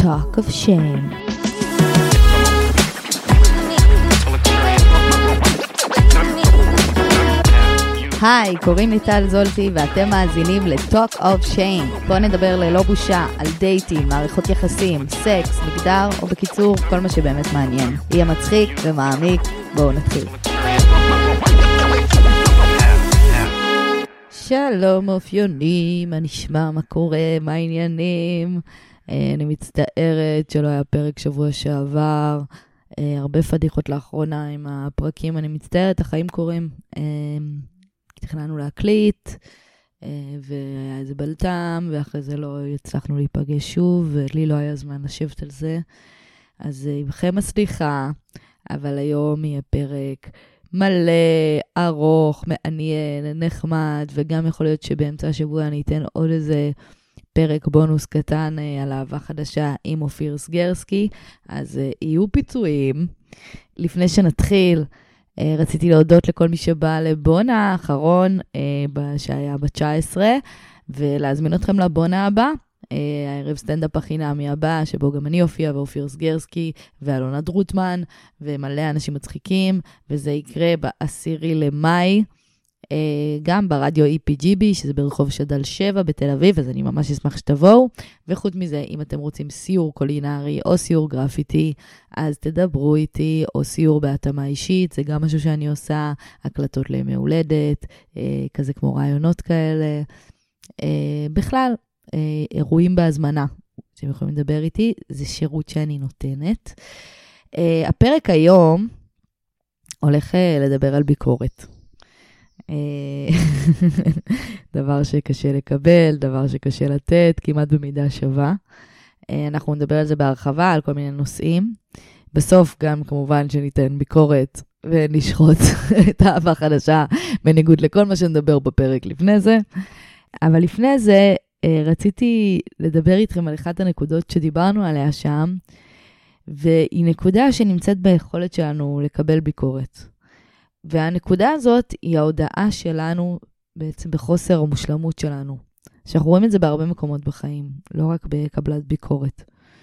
Talk of Shame. היי, קוראים לי טל זולטי ואתם מאזינים ל-Talk of Shame. בואו נדבר ללא בושה על דייטים, מערכות יחסים, סקס, מגדר, או בקיצור, כל מה שבאמת מעניין. יהיה מצחיק ומעמיק, בואו נתחיל. שלום אופיונים, מה נשמע, מה קורה, מה העניינים? אני מצטערת שלא היה פרק שבוע שעבר, הרבה פדיחות לאחרונה עם הפרקים, אני מצטערת, החיים קורים. תכננו להקליט, והיה איזה בלטם, ואחרי זה לא הצלחנו להיפגש שוב, ולי לא היה זמן לשבת על זה. אז איתכם הסליחה, אבל היום יהיה פרק מלא, ארוך, מעניין, נחמד, וגם יכול להיות שבאמצע השבוע אני אתן עוד איזה פרק בונוס קטן על אהבה חדשה עם אופיר סגרסקי, אז יהיו פיצויים. לפני שנתחיל, רציתי להודות לכל מי שבא לבונה האחרון, שהיה ב-19, ולהזמין אתכם לבונה הבא, הערב סטנדאפ החינמי הבא, שבו גם אני אופיע ואופיר סגרסקי, ואלונה דרוטמן, ומלא אנשים מצחיקים, וזה יקרה ב10 למאי, גם ברדיו EPGB, שזה ברחוב שדל 7 בתל אביב, אז אני ממש אשמח שתבואו. וחוץ מזה, אם אתם רוצים סיור קולינרי או סיור גרפיטי, אז תדברו איתי, או סיור בהתאמה אישית, זה גם משהו שאני עושה, הקלטות לימי הולדת, כזה כמו רעיונות כאלה. בכלל, אירועים בהזמנה, שאתם יכולים לדבר איתי, זה שירות שאני נותנת. הפרק היום הולך לדבר על ביקורת. דבר שקשה לקבל, דבר שקשה לתת, כמעט במידה שווה. אנחנו נדבר על זה בהרחבה, על כל מיני נושאים. בסוף גם כמובן שניתן ביקורת ונשחוט את האהבה חדשה, בניגוד לכל מה שנדבר בפרק לפני זה. אבל לפני זה רציתי לדבר איתכם על אחת הנקודות שדיברנו עליה שם, והיא נקודה שנמצאת ביכולת שלנו לקבל ביקורת. והנקודה הזאת היא ההודעה שלנו בעצם בחוסר המושלמות שלנו. שאנחנו רואים את זה בהרבה מקומות בחיים, לא רק בקבלת ביקורת.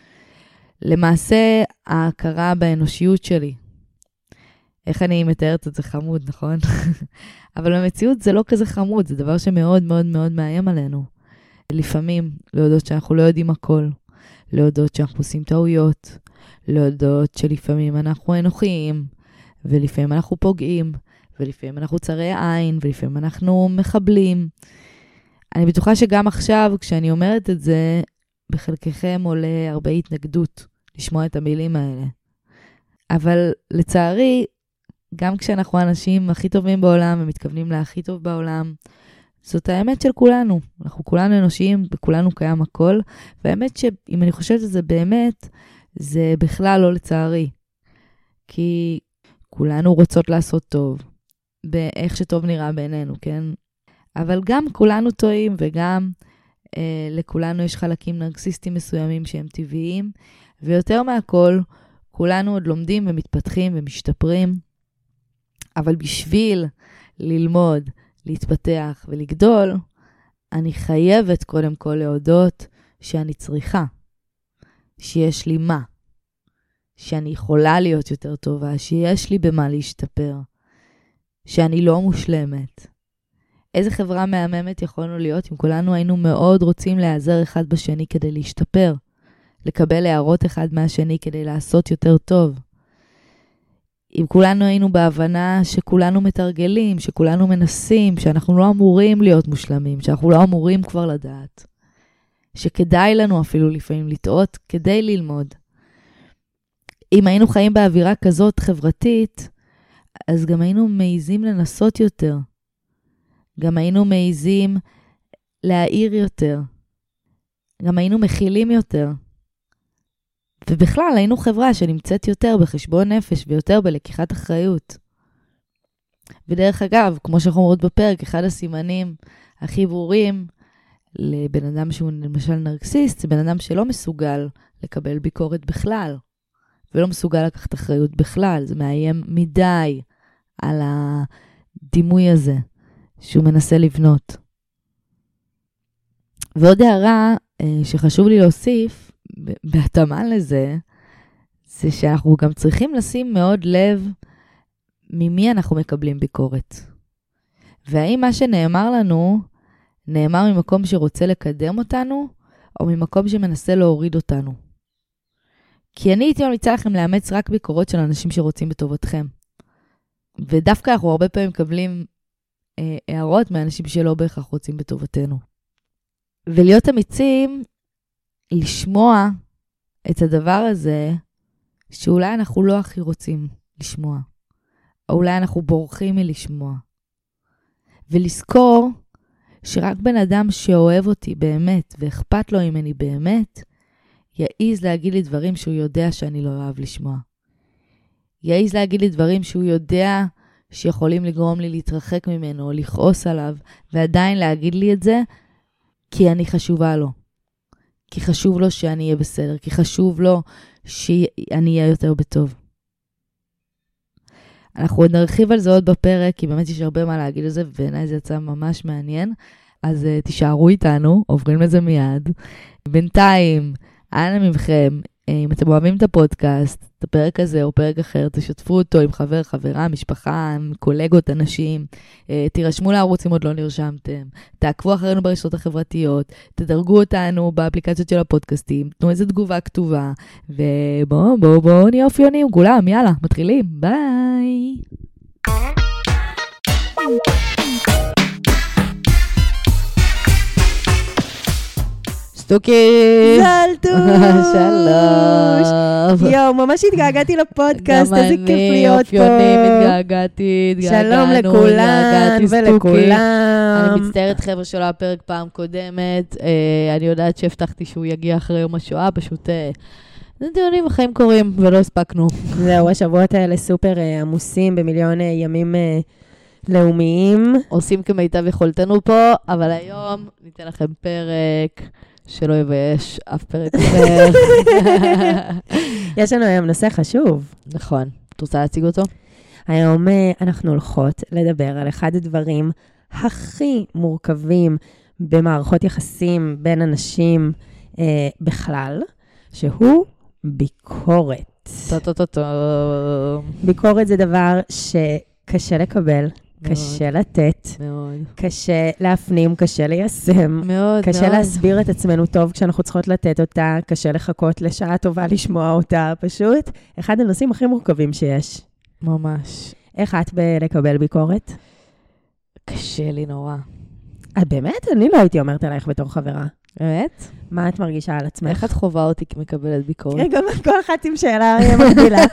למעשה, ההכרה באנושיות שלי. איך אני מתארת את זה חמוד, נכון? אבל במציאות זה לא כזה חמוד, זה דבר שמאוד מאוד מאוד מאיים עלינו. לפעמים להודות שאנחנו לא יודעים הכל, להודות שאנחנו עושים טעויות, להודות שלפעמים אנחנו אנוכיים, ולפעמים אנחנו פוגעים, ולפעמים אנחנו צרי עין, ולפעמים אנחנו מחבלים. אני בטוחה שגם עכשיו, כשאני אומרת את זה, בחלקכם עולה הרבה התנגדות לשמוע את המילים האלה. אבל לצערי, גם כשאנחנו האנשים הכי טובים בעולם, ומתכוונים להכי טוב בעולם, זאת האמת של כולנו. אנחנו כולנו אנושיים, וכולנו קיים הכל, והאמת שאם אני חושבת את זה באמת, זה בכלל לא לצערי. כי כולנו רוצות לעשות טוב, באיך שטוב נראה בעינינו, כן? אבל גם כולנו טועים, וגם לכולנו יש חלקים נרקסיסטיים מסוימים שהם טבעיים, ויותר מהכל, כולנו עוד לומדים ומתפתחים ומשתפרים, אבל בשביל ללמוד, להתפתח ולגדול, אני חייבת קודם כל להודות שאני צריכה, שיש לי מה. שאני יכולה להיות יותר טובה, שיש לי במה להשתפר, שאני לא מושלמת. איזה חברה מהממת יכולנו להיות אם כולנו היינו מאוד רוצים להיעזר אחד בשני כדי להשתפר, לקבל הערות אחד מהשני כדי לעשות יותר טוב. אם כולנו היינו בהבנה שכולנו מתרגלים, שכולנו מנסים, שאנחנו לא אמורים להיות מושלמים, שאנחנו לא אמורים כבר לדעת, שכדאי לנו אפילו לפעמים לטעות כדי ללמוד. אם היינו חיים באווירה כזאת חברתית, אז גם היינו מעיזים לנסות יותר. גם היינו מעיזים להעיר יותר. גם היינו מכילים יותר. ובכלל היינו חברה שנמצאת יותר בחשבון נפש ויותר בלקיחת אחריות. ודרך אגב, כמו שאנחנו אומרות בפרק, אחד הסימנים הכי ברורים לבן אדם שהוא למשל נרקסיסט, זה בן אדם שלא מסוגל לקבל ביקורת בכלל. ולא מסוגל לקחת אחריות בכלל. זה מאיים מדי על הדימוי הזה שהוא מנסה לבנות. ועוד הערה שחשוב לי להוסיף, בהתאמה לזה, זה שאנחנו גם צריכים לשים מאוד לב ממי אנחנו מקבלים ביקורת. והאם מה שנאמר לנו, נאמר ממקום שרוצה לקדם אותנו, או ממקום שמנסה להוריד אותנו. כי אני הייתי ממליצה לכם לאמץ רק ביקורות של אנשים שרוצים בטובתכם. ודווקא אנחנו הרבה פעמים מקבלים הערות מאנשים שלא בהכרח רוצים בטובתנו. ולהיות אמיצים, לשמוע את הדבר הזה, שאולי אנחנו לא הכי רוצים לשמוע. או אולי אנחנו בורחים מלשמוע. ולזכור שרק בן אדם שאוהב אותי באמת, ואכפת לו ממני באמת, יעיז להגיד לי דברים שהוא יודע שאני לא אוהב לשמוע. יעיז להגיד לי דברים שהוא יודע שיכולים לגרום לי להתרחק ממנו, או לכעוס עליו, ועדיין להגיד לי את זה, כי אני חשובה לו. כי חשוב לו שאני אהיה בסדר, כי חשוב לו שאני אהיה יותר בטוב. אנחנו עוד נרחיב על זה עוד בפרק, כי באמת יש הרבה מה להגיד על זה, ובעיניי זה יצא ממש מעניין. אז תישארו איתנו, עוברים לזה מיד. בינתיים, אנא מכם, אם אתם אוהבים את הפודקאסט, את הפרק הזה או פרק אחר, תשתפו אותו עם חבר, חברה, משפחה, קולגות, אנשים, תירשמו לערוץ אם עוד לא נרשמתם, תעקבו אחרינו ברשתות החברתיות, תדרגו אותנו באפליקציות של הפודקאסטים, תנו איזו תגובה כתובה, ובואו נהיה אופיונים כולם, יאללה, מתחילים, ביי! סטוקי! זלטוש! שלום! יואו, ממש התגעגעתי לפודקאסט, איזה כיף להיות פה. גם אני אופיונים, התגעגעתי, שלום לכולן ולכולם. אני מצטערת חבר'ה שלא הפרק פעם קודמת, אני יודעת שהבטחתי שהוא יגיע אחרי יום השואה, פשוט דיונים החיים קורים ולא הספקנו. זהו, השבועות האלה סופר עמוסים במיליון ימים לאומיים. עושים כמיטב יכולתנו פה, אבל היום ניתן לכם פרק שלא יבייש אף פרק אחר. יש לנו היום נושא חשוב. נכון. את רוצה להציג אותו? היום אנחנו הולכות לדבר על אחד הדברים הכי מורכבים במערכות יחסים בין אנשים בכלל, שהוא ביקורת. ביקורת זה דבר שקשה לקבל. קשה לתת, מאוד. קשה להפנים, קשה ליישם, מאוד, קשה להסביר את עצמנו טוב כשאנחנו צריכות לתת אותה, קשה לחכות לשעה טובה לשמוע אותה, פשוט אחד הנושאים הכי מורכבים שיש. ממש. איך את בלקבל ביקורת? קשה לי נורא. באמת? אני לא הייתי אומרת עלייך בתור חברה. באמת? מה את מרגישה על עצמך? איך את חובה אותי כמקבלת ביקורת? גם כל אחת עם שאלה מקבילה.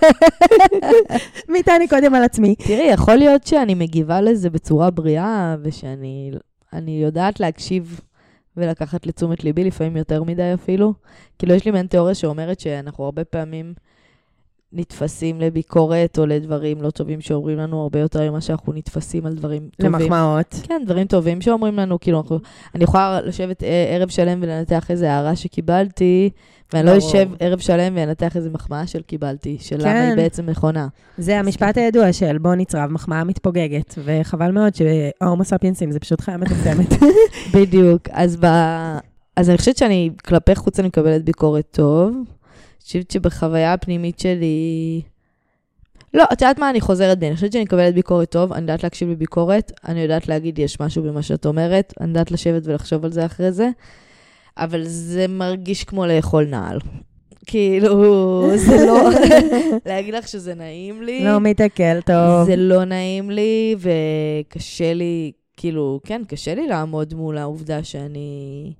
מי תעני קודם על עצמי? תראי, יכול להיות שאני מגיבה לזה בצורה בריאה, ושאני יודעת להקשיב ולקחת לתשומת ליבי, לפעמים יותר מדי אפילו. כאילו יש לי מעין תיאוריה שאומרת שאנחנו הרבה פעמים נתפסים לביקורת או לדברים לא טובים שאומרים לנו הרבה יותר ממה שאנחנו נתפסים על דברים טובים. למחמאות. כן, דברים טובים שאומרים לנו, כאילו אני יכולה לשבת ערב שלם ולנתח איזה הערה שקיבלתי, ואני לא יושב ערב שלם ולנתח איזה מחמאה של קיבלתי, של למה היא בעצם נכונה. זה המשפט הידוע של בוא נצרב, מחמאה מתפוגגת, וחבל מאוד שההומו ספינסים זה פשוט חיה מתוקתמת. בדיוק, אז אני חושבת שאני כלפי חוץ אני מקבלת ביקורת טוב, אני חושבת שבחוויה הפנימית שלי... לא, את יודעת מה? אני חוזרת בי. אני חושבת שאני מקבלת ביקורת טוב, אני יודעת להקשיב לביקורת, אני יודעת להגיד יש משהו במה שאת אומרת, אני יודעת לשבת ולחשוב על זה אחרי זה, אבל זה מרגיש כמו לאכול נעל. כאילו, זה לא... להגיד לך שזה נעים לי. לא מתעכל טוב. זה לא נעים לי, וקשה לי, כאילו, כן, קשה לי לעמוד מול העובדה שאני...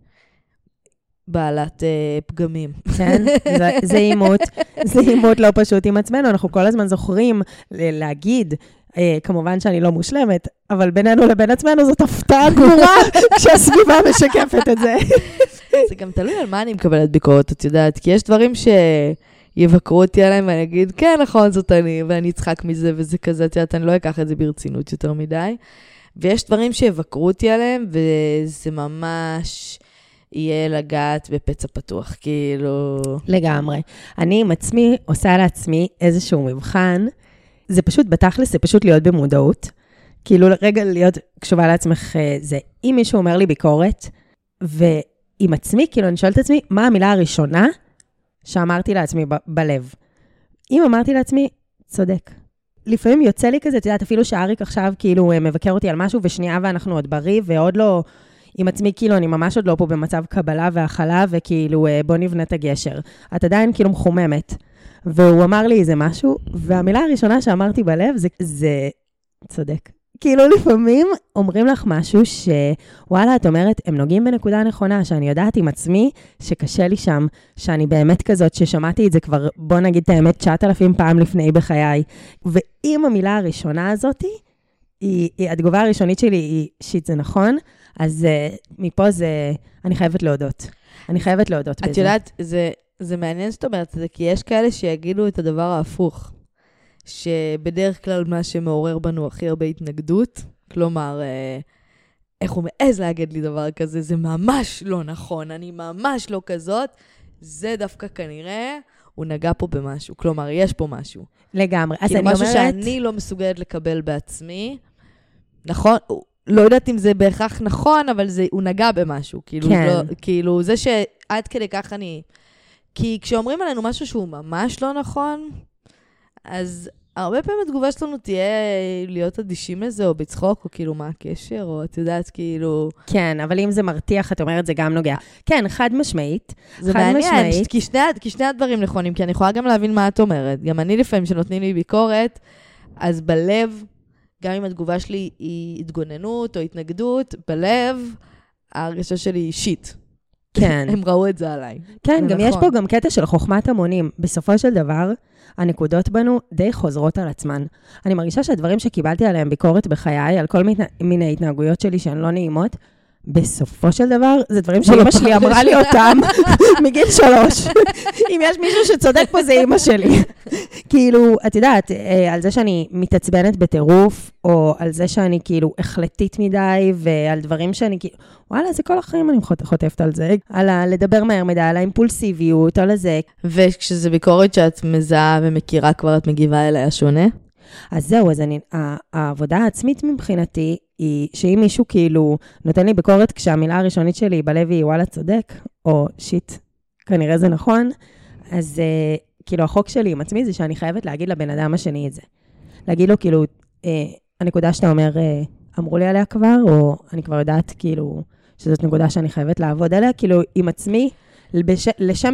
בעלת פגמים. כן, זה אימות. זה אימות לא פשוט עם עצמנו. אנחנו כל הזמן זוכרים להגיד, כמובן שאני לא מושלמת, אבל בינינו לבין עצמנו זאת הפתעה גמורה כשהסביבה משקפת את זה. זה גם תלוי על מה אני מקבלת ביקורת, את יודעת, כי יש דברים שיבקרו אותי עליהם ואני אגיד, כן, נכון, זאת אני, ואני אצחק מזה וזה כזה, את יודעת, אני לא אקח את זה ברצינות יותר מדי. ויש דברים שיבקרו אותי עליהם, וזה ממש... יהיה לגעת בפצע פתוח, כאילו... לגמרי. אני עם עצמי עושה לעצמי איזשהו מבחן, זה פשוט בתכלס, זה פשוט להיות במודעות, כאילו רגע להיות קשובה לעצמך זה, אם מישהו אומר לי ביקורת, ועם עצמי, כאילו אני שואלת את עצמי, מה המילה הראשונה שאמרתי לעצמי בלב. אם אמרתי לעצמי, צודק. לפעמים יוצא לי כזה, את יודעת, אפילו שאריק עכשיו כאילו מבקר אותי על משהו, ושנייה ואנחנו עוד בריא, ועוד לא, עם עצמי כאילו, אני ממש עוד לא פה במצב קבלה והכלה, וכאילו בוא נבנה את הגשר. את עדיין כאילו מחוממת. והוא אמר לי איזה משהו, והמילה הראשונה שאמרתי בלב זה צודק. כאילו לפעמים אומרים לך משהו שוואלה, את אומרת, הם נוגעים בנקודה נכונה, שאני יודעת עם עצמי שקשה לי שם, שאני באמת כזאת ששמעתי את זה כבר, בוא נגיד את האמת, 9,000 פעם לפני בחיי. ואם המילה הראשונה הזאת, התגובה הראשונית שלי היא שיט, זה נכון, אז מפה זה, אני חייבת להודות. אני חייבת להודות בזה. את יודעת, זה מעניין שאת אומרת, זה כי יש כאלה שיגידו את הדבר ההפוך. שבדרך כלל מה שמעורר בנו הכי הרבה התנגדות, כלומר, איך הוא מעז להגיד לי דבר כזה, זה ממש לא נכון, אני ממש לא כזאת, זה דווקא כנראה, הוא נגע פה במשהו, כלומר, יש פה משהו. לגמרי, אז אני אומרת... משהו שאני לא מסוגלת לקבל בעצמי, נכון, לא יודעת אם זה בהכרח נכון, אבל הוא נגע במשהו, כאילו, כן. לא, כאילו זה שעד כדי כך אני... כי כשאומרים עלינו משהו שהוא ממש לא נכון, אז הרבה פעמים התגובה שלנו תהיה להיות אדישים לזה, או בצחוק, או כאילו מה הקשר, או את יודעת, כאילו... כן, אבל אם זה מרתיח, את אומרת, זה גם נוגע. כן, חד משמעית. זה מעניין, כי שני הדברים נכונים, כי אני יכולה גם להבין מה את אומרת. גם אני לפעמים שנותנים לי ביקורת, אז בלב, גם אם התגובה שלי היא התגוננות או התנגדות, בלב, ההרגשה שלי היא שיט. כן. הם ראו את זה עליי. כן, גם יש פה גם קטע של חוכמת המונים. בסופו של דבר, הנקודות בנו די חוזרות על עצמן. אני מרגישה שהדברים שקיבלתי עליהם ביקורת בחיי, על כל מיני התנהגויות שלי שהן לא נעימות, בסופו של דבר, זה דברים שאמא שלי אמרה לי אותם מגיל 3. אם יש מישהו שצודק פה, זה אמא שלי. כאילו, את יודעת, על זה שאני מתעצבנת בטירוף, או על זה שאני כאילו החלטית מדי, ועל דברים שאני כאילו, וואלה, זה כל החיים אני חוטפת על זה. על לדבר מהר מדי, על האימפולסיביות, על זה. וכשזה ביקורת שאת מזהה ומכירה כבר, את מגיבה אליה שונה? אז זהו, אז העבודה העצמית מבחינתי, היא שאם מישהו כאילו נותן לי ביקורת כשהמילה הראשונית שלי בלב היא וואלה צודק, או שיט, כנראה זה נכון, אז כאילו החוק שלי עם עצמי זה שאני חייבת להגיד לבן אדם השני את זה. להגיד לו כאילו, הנקודה שאתה אומר, אמרו לי עליה כבר, או אני כבר יודעת כאילו שזאת נקודה שאני חייבת לעבוד עליה, כאילו עם עצמי, לשם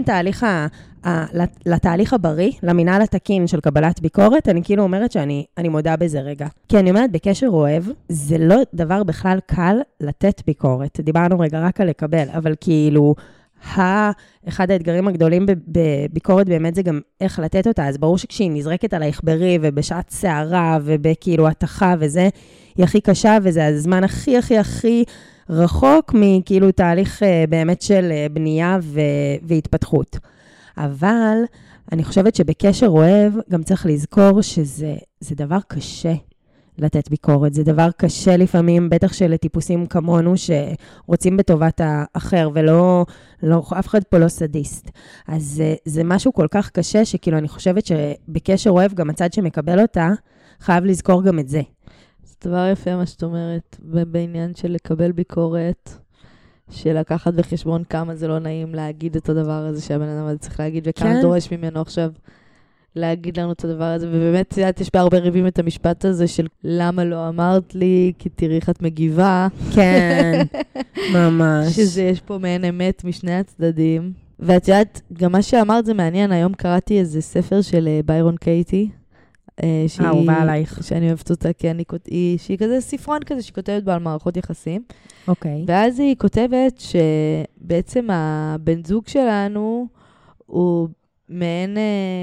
לתהליך הבריא, למנהל התקין של קבלת ביקורת, אני כאילו אומרת שאני מודה בזה רגע. כי אני אומרת, בקשר אוהב, זה לא דבר בכלל קל לתת ביקורת. דיברנו רגע רק על לקבל, אבל כאילו, אחד האתגרים הגדולים בביקורת באמת זה גם איך לתת אותה. אז ברור שכשהיא נזרקת עלייך ברי ובשעת שערה ובכאילו התחה וזה, היא הכי קשה וזה הזמן הכי הכי הכי רחוק מכאילו תהליך באמת של בנייה והתפתחות. אבל אני חושבת שבקשר אוהב גם צריך לזכור שזה דבר קשה לתת ביקורת. זה דבר קשה לפעמים, בטח שלטיפוסים כמונו שרוצים בטובת האחר ולא, אף אחד פה לא סדיסט. אז זה משהו כל כך קשה שכאילו אני חושבת שבקשר אוהב גם הצד שמקבל אותה חייב לזכור גם את זה. זה דבר יפה מה שאת אומרת, ובעניין של לקבל ביקורת, של לקחת בחשבון כמה זה לא נעים להגיד את הדבר הזה שהבן אדם הזה צריך להגיד, וכמה כן. דורש ממנו עכשיו להגיד לנו את הדבר הזה, ובאמת יש בהרבה ריבים את המשפט הזה של למה לא אמרת לי, כי תראי איך את מגיבה. כן, ממש. שזה יש פה מעין אמת משני הצדדים. ואת יודעת, גם מה שאמרת זה מעניין, היום קראתי איזה ספר של ביירון קייטי, אהובה עלייך. שאני אוהבת אותה, כי שהיא כזה ספרון כזה, שהיא כותבת בה על מערכות יחסים. אוקיי. ואז היא כותבת שבעצם הבן זוג שלנו הוא מעין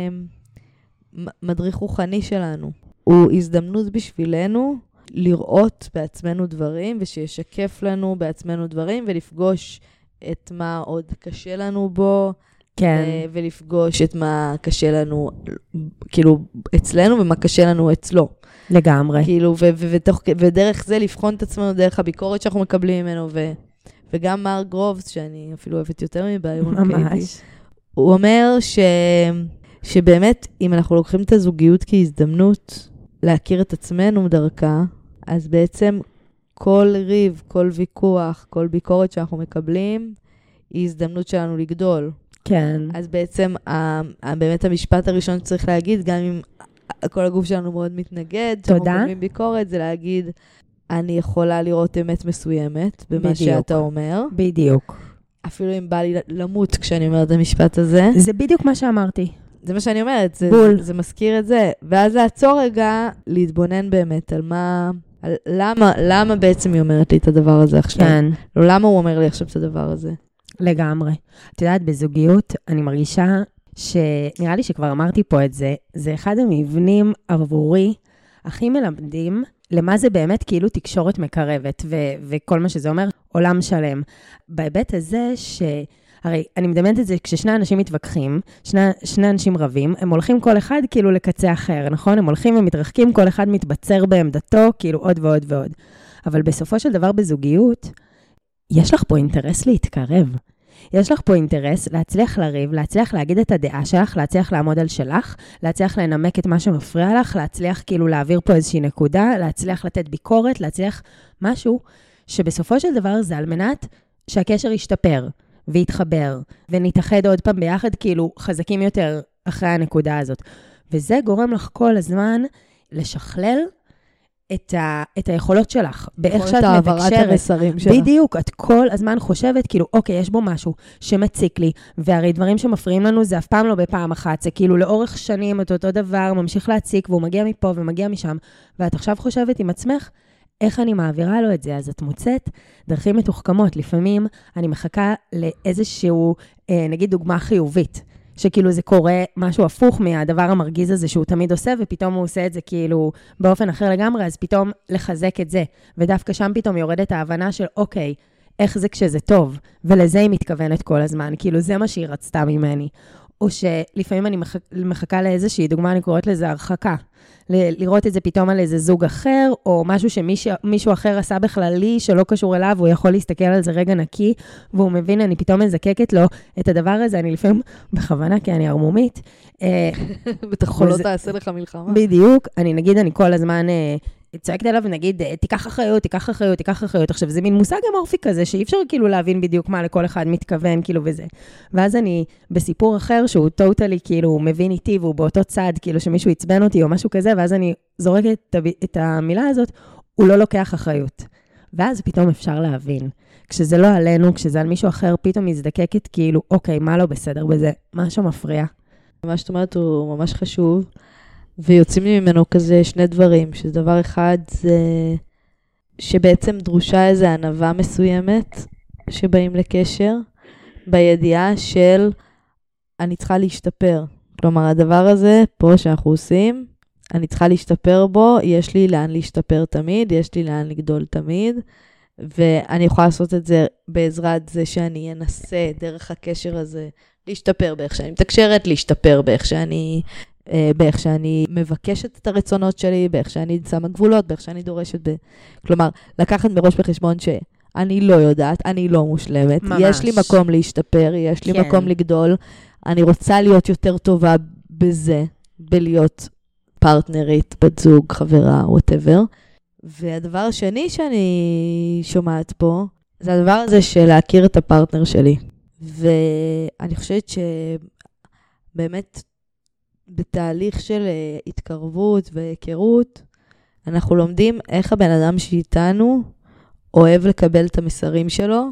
מדריך רוחני שלנו. הוא הזדמנות בשבילנו לראות בעצמנו דברים, ושישקף לנו בעצמנו דברים, ולפגוש את מה עוד קשה לנו בו, כן. ולפגוש את מה קשה לנו, כאילו, אצלנו, ומה קשה לנו אצלו. לגמרי. כאילו, ודרך זה לבחון את עצמנו, דרך הביקורת שאנחנו מקבלים ממנו, וגם מר גרובס, שאני אפילו אוהבת יותר מביירון קייטי, הוא אומר שבאמת, אם אנחנו לוקחים את הזוגיות כהזדמנות להכיר את עצמנו דרכה, אז בעצם כל ריב, כל ויכוח, כל ביקורת שאנחנו מקבלים, היא הזדמנות שלנו לגדול. כן. אז בעצם באמת המשפט הראשון שצריך להגיד, גם אם כל הגוף שלנו מאוד מתנגד, תודה. שמקבלים ביקורת, זה להגיד, אני יכולה לראות אמת מסוימת במה בדיוק. שאתה אומר. בדיוק. אפילו אם בא לי למות כשאני אומרת את המשפט הזה. זה בדיוק מה שאמרתי. זה מה שאני אומרת, זה מזכיר את זה. ואז לעצור רגע, להתבונן באמת על מה, על למה בעצם היא אומרת לי את הדבר הזה עכשיו. כן. לא למה הוא אומר לי עכשיו את הדבר הזה. לגמרי. את יודעת, בזוגיות אני מרגישה שנראה לי שכבר אמרתי פה את זה, זה אחד המבנים עבורי הכי מלמדים למה זה באמת כאילו תקשורת מקרבת, וכל מה שזה אומר, עולם שלם. בהיבט הזה הרי אני מדמיינת את זה, כששני אנשים מתווכחים, שני אנשים רבים, הם הולכים כל אחד כאילו לקצה אחר, נכון? הם הולכים ומתרחקים, כל אחד מתבצר בעמדתו, כאילו עוד ועוד ועוד. אבל בסופו של דבר בזוגיות, יש לך פה אינטרס להתקרב. יש לך פה אינטרס להצליח לריב, להצליח להגיד את הדעה שלך, להצליח לעמוד על שלך, להצליח לנמק את מה שמפריע לך, להצליח כאילו להעביר פה איזושהי נקודה, להצליח לתת ביקורת, להצליח משהו שבסופו של דבר זה על מנת שהקשר ישתפר ויתחבר ונתאחד עוד פעם ביחד כאילו חזקים יותר אחרי הנקודה הזאת. וזה גורם לך כל הזמן לשכלל את היכולות שלך, באיך שאת מתקשרת. המסרים שלך. בדיוק, את כל הזמן חושבת, כאילו, אוקיי, יש בו משהו שמציק לי, והרי דברים שמפריעים לנו זה אף פעם לא בפעם אחת, זה כאילו לאורך שנים את אותו דבר, ממשיך להציק, והוא מגיע מפה ומגיע משם, ואת עכשיו חושבת עם עצמך, איך אני מעבירה לו את זה? אז את מוצאת דרכים מתוחכמות. לפעמים אני מחכה לאיזשהו, נגיד דוגמה חיובית, שכאילו זה קורה משהו הפוך מהדבר המרגיז הזה שהוא תמיד עושה, ופתאום הוא עושה את זה כאילו באופן אחר לגמרי, אז פתאום לחזק את זה. ודווקא שם פתאום יורדת ההבנה של, אוקיי, איך זה כשזה טוב? ולזה היא מתכוונת כל הזמן, כאילו זה מה שהיא רצתה ממני. או שלפעמים אני מחכה לאיזושהי דוגמה, אני קוראת לזה הרחקה. לראות את זה פתאום על איזה זוג אחר, או משהו שמישהו אחר עשה בכללי, שלא קשור אליו, הוא יכול להסתכל על זה רגע נקי, והוא מבין, אני פתאום מזקקת לו את הדבר הזה, אני לפעמים בכוונה, כי אני ערמומית. בטח לא תעשה לך מלחמה. בדיוק, אני כל הזמן צועקת עליו ונגיד, תיקח אחריות, תיקח אחריות, תיקח אחריות. עכשיו, זה מין מושג אמורפי כזה, שאי אפשר כאילו להבין בדיוק מה לכל אחד מתכוון, כאילו וזה. ואז אני בסיפור אחר, שהוא טוטלי כאילו מבין איתי, והוא באותו צד, כאילו שמישהו יצבן אותי או משהו כזה, ואז אני זורקת את המילה הזאת, הוא לא לוקח אחריות. ואז פתאום אפשר להבין. כשזה לא עלינו, כשזה על מישהו אחר, פתאום מזדקקת כאילו, אוקיי, מה לא בסדר בזה? משהו מפריע. מה שאת אומרת הוא ממש חשוב. ויוצאים לי ממנו כזה שני דברים, שזה דבר אחד זה שבעצם דרושה איזו ענווה מסוימת שבאים לקשר, בידיעה של אני צריכה להשתפר. כלומר, הדבר הזה פה שאנחנו עושים, אני צריכה להשתפר בו, יש לי לאן להשתפר תמיד, יש לי לאן לגדול תמיד, ואני יכולה לעשות את זה בעזרת זה שאני אנסה דרך הקשר הזה להשתפר באיך שאני מתקשרת, להשתפר באיך שאני מבקשת את הרצונות שלי, באיך שאני שמה גבולות, באיך שאני דורשת. כלומר, לקחת מראש בחשבון שאני לא יודעת, אני לא מושלמת, ממש. יש לי מקום להשתפר, יש לי מקום לגדול, אני רוצה להיות יותר טובה בזה, בלהיות פרטנרית, בת זוג, חברה, whatever. והדבר השני שאני שומעת פה, זה הדבר הזה של להכיר את הפרטנר שלי. ואני חושבת שבאמת בתהליך של התקרבות והיכרות, אנחנו לומדים איך הבן אדם שאיתנו אוהב לקבל את המסרים שלו,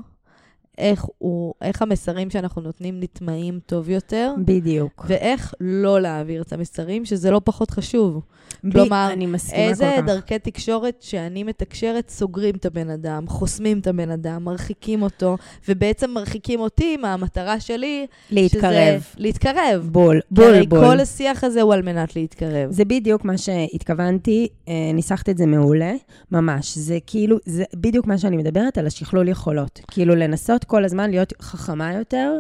איך המסרים שאנחנו נותנים נטמעים טוב יותר. בדיוק. ואיך לא להעביר את המסרים, שזה לא פחות חשוב. כלומר, איזה דרכי תקשורת שאני מתקשרת, סוגרים את הבן אדם, חוסמים את הבן אדם, מרחיקים אותו, ובעצם מרחיקים אותי מהמטרה שלי, להתקרב. להתקרב. בול. כל השיח הזה הוא על מנת להתקרב. זה בדיוק מה שהתכוונתי, ניסחת את זה מעולה, ממש. זה כאילו, זה בדיוק מה שאני מדברת על השכלול יכולות. כאילו לנסות כל הזמן להיות חכמה יותר,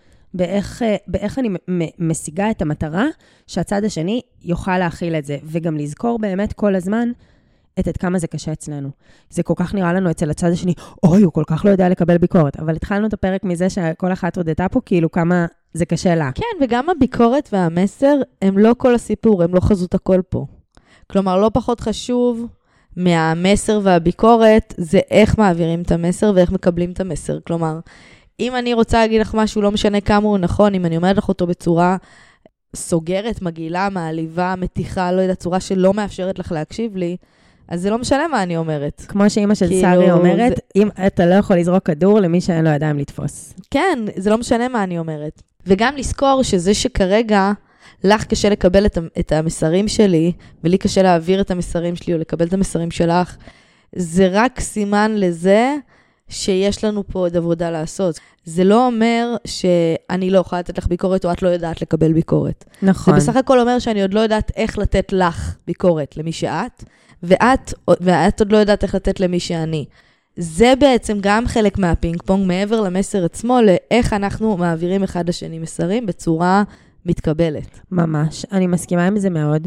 באיך אני משיגה את המטרה, שהצד השני יוכל להכיל את זה, וגם לזכור באמת כל הזמן את עד כמה זה קשה אצלנו. זה כל כך נראה לנו אצל הצד השני, אוי, הוא כל כך לא יודע לקבל ביקורת, אבל התחלנו את הפרק מזה שכל אחת הודתה פה, כאילו כמה זה קשה לה. כן, וגם הביקורת והמסר, הם לא כל הסיפור, הם לא חזות הכל פה. כלומר, לא פחות חשוב מהמסר והביקורת, זה איך מעבירים את המסר ואיך מקבלים את המסר. כלומר, אם אני רוצה להגיד לך משהו, לא משנה כמה הוא נכון, אם אני אומרת לך אותו בצורה סוגרת, מגעילה, מעליבה, מתיחה, לא יודעת, צורה שלא מאפשרת לך להקשיב לי, אז זה לא משנה מה אני אומרת. כמו שאמא של שרי אומרת, אם אתה לא יכול לזרוק כדור למי שאין לו ידיים לתפוס. כן, זה לא משנה מה אני אומרת. וגם לזכור שזה שכרגע לך קשה לקבל את המסרים שלי, ולי קשה להעביר את המסרים שלי, או לקבל את המסרים שלך, זה רק סימן לזה שיש לנו פה עוד עבודה לעשות. זה לא אומר שאני לא יכולה לתת לך ביקורת, או את לא יודעת לקבל ביקורת. נכון. זה בסך הכל אומר שאני עוד לא יודעת איך לתת לך ביקורת למי שאת, ואת עוד לא יודעת איך לתת למי שאני. זה בעצם גם חלק מהפינג פונג, מעבר למסר עצמו, לאיך אנחנו מעבירים אחד לשני מסרים בצורה מתקבלת. ממש, אני מסכימה עם זה מאוד,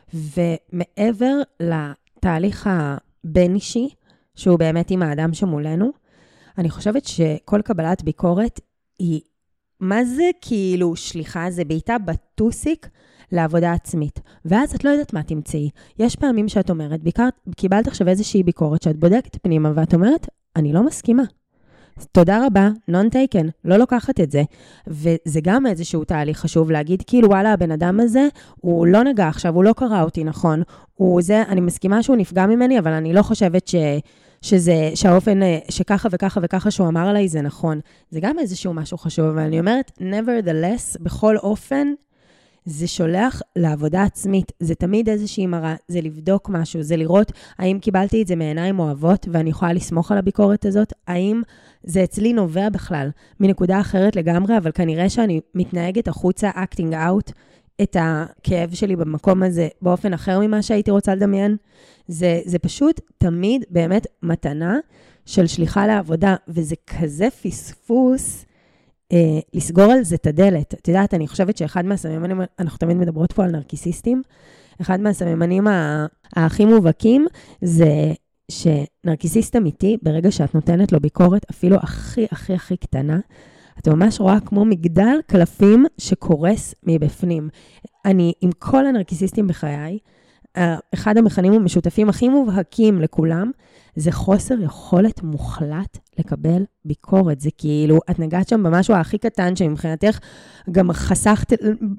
ומעבר לתהליך הבין-אישי, שהוא באמת עם האדם שמולנו, אני חושבת שכל קבלת ביקורת היא, מה זה כאילו שליחה, זה בעיטה בטוסיק לעבודה עצמית. ואז את לא יודעת מה תמצאי. יש פעמים שאת אומרת, קיבלת עכשיו איזושהי ביקורת שאת בודקת פנימה, ואת אומרת, אני לא מסכימה. תודה רבה, non-taken, לא לוקחת את זה. וזה גם איזשהו תהליך חשוב להגיד, כאילו וואלה, הבן אדם הזה, הוא לא נגע עכשיו, הוא לא קרא אותי נכון. אני מסכימה שהוא נפגע ממני, אבל אני לא חושבת שהאופן שככה וככה וככה שהוא אמר עליי זה נכון. זה גם איזשהו משהו חשוב, אבל אני אומרת, nevertheless, בכל אופן, זה שולח לעבודה עצמית, זה תמיד איזושהי מראה, זה לבדוק משהו, זה לראות האם קיבלתי את זה מעיניים אוהבות, ואני יכולה לסמוך על הביקורת הזאת, האם זה אצלי נובע בכלל מנקודה אחרת לגמרי, אבל כנראה שאני מתנהגת החוצה, acting out, את הכאב שלי במקום הזה באופן אחר ממה שהייתי רוצה לדמיין. זה פשוט תמיד באמת מתנה של שליחה לעבודה, וזה כזה פספוס, לסגור על זה את הדלת. את יודעת, אני חושבת שאחד מהסממנים, אנחנו תמיד מדברות פה על נרקיסיסטים, אחד מהסממנים הכי מובהקים, זה שנרקיסיסט אמיתי, ברגע שאת נותנת לו ביקורת, אפילו הכי הכי הכי קטנה, אתה ממש רואה כמו מגדל קלפים שקורס מבפנים. אני, עם כל הנרקיסיסטים בחיי, אחד המכנים המשותפים הכי מובהקים לכולם, זה חוסר יכולת מוחלט לקבל ביקורת. זה כאילו, את נגעת שם במשהו הכי קטן, שמבחינתך גם חסכת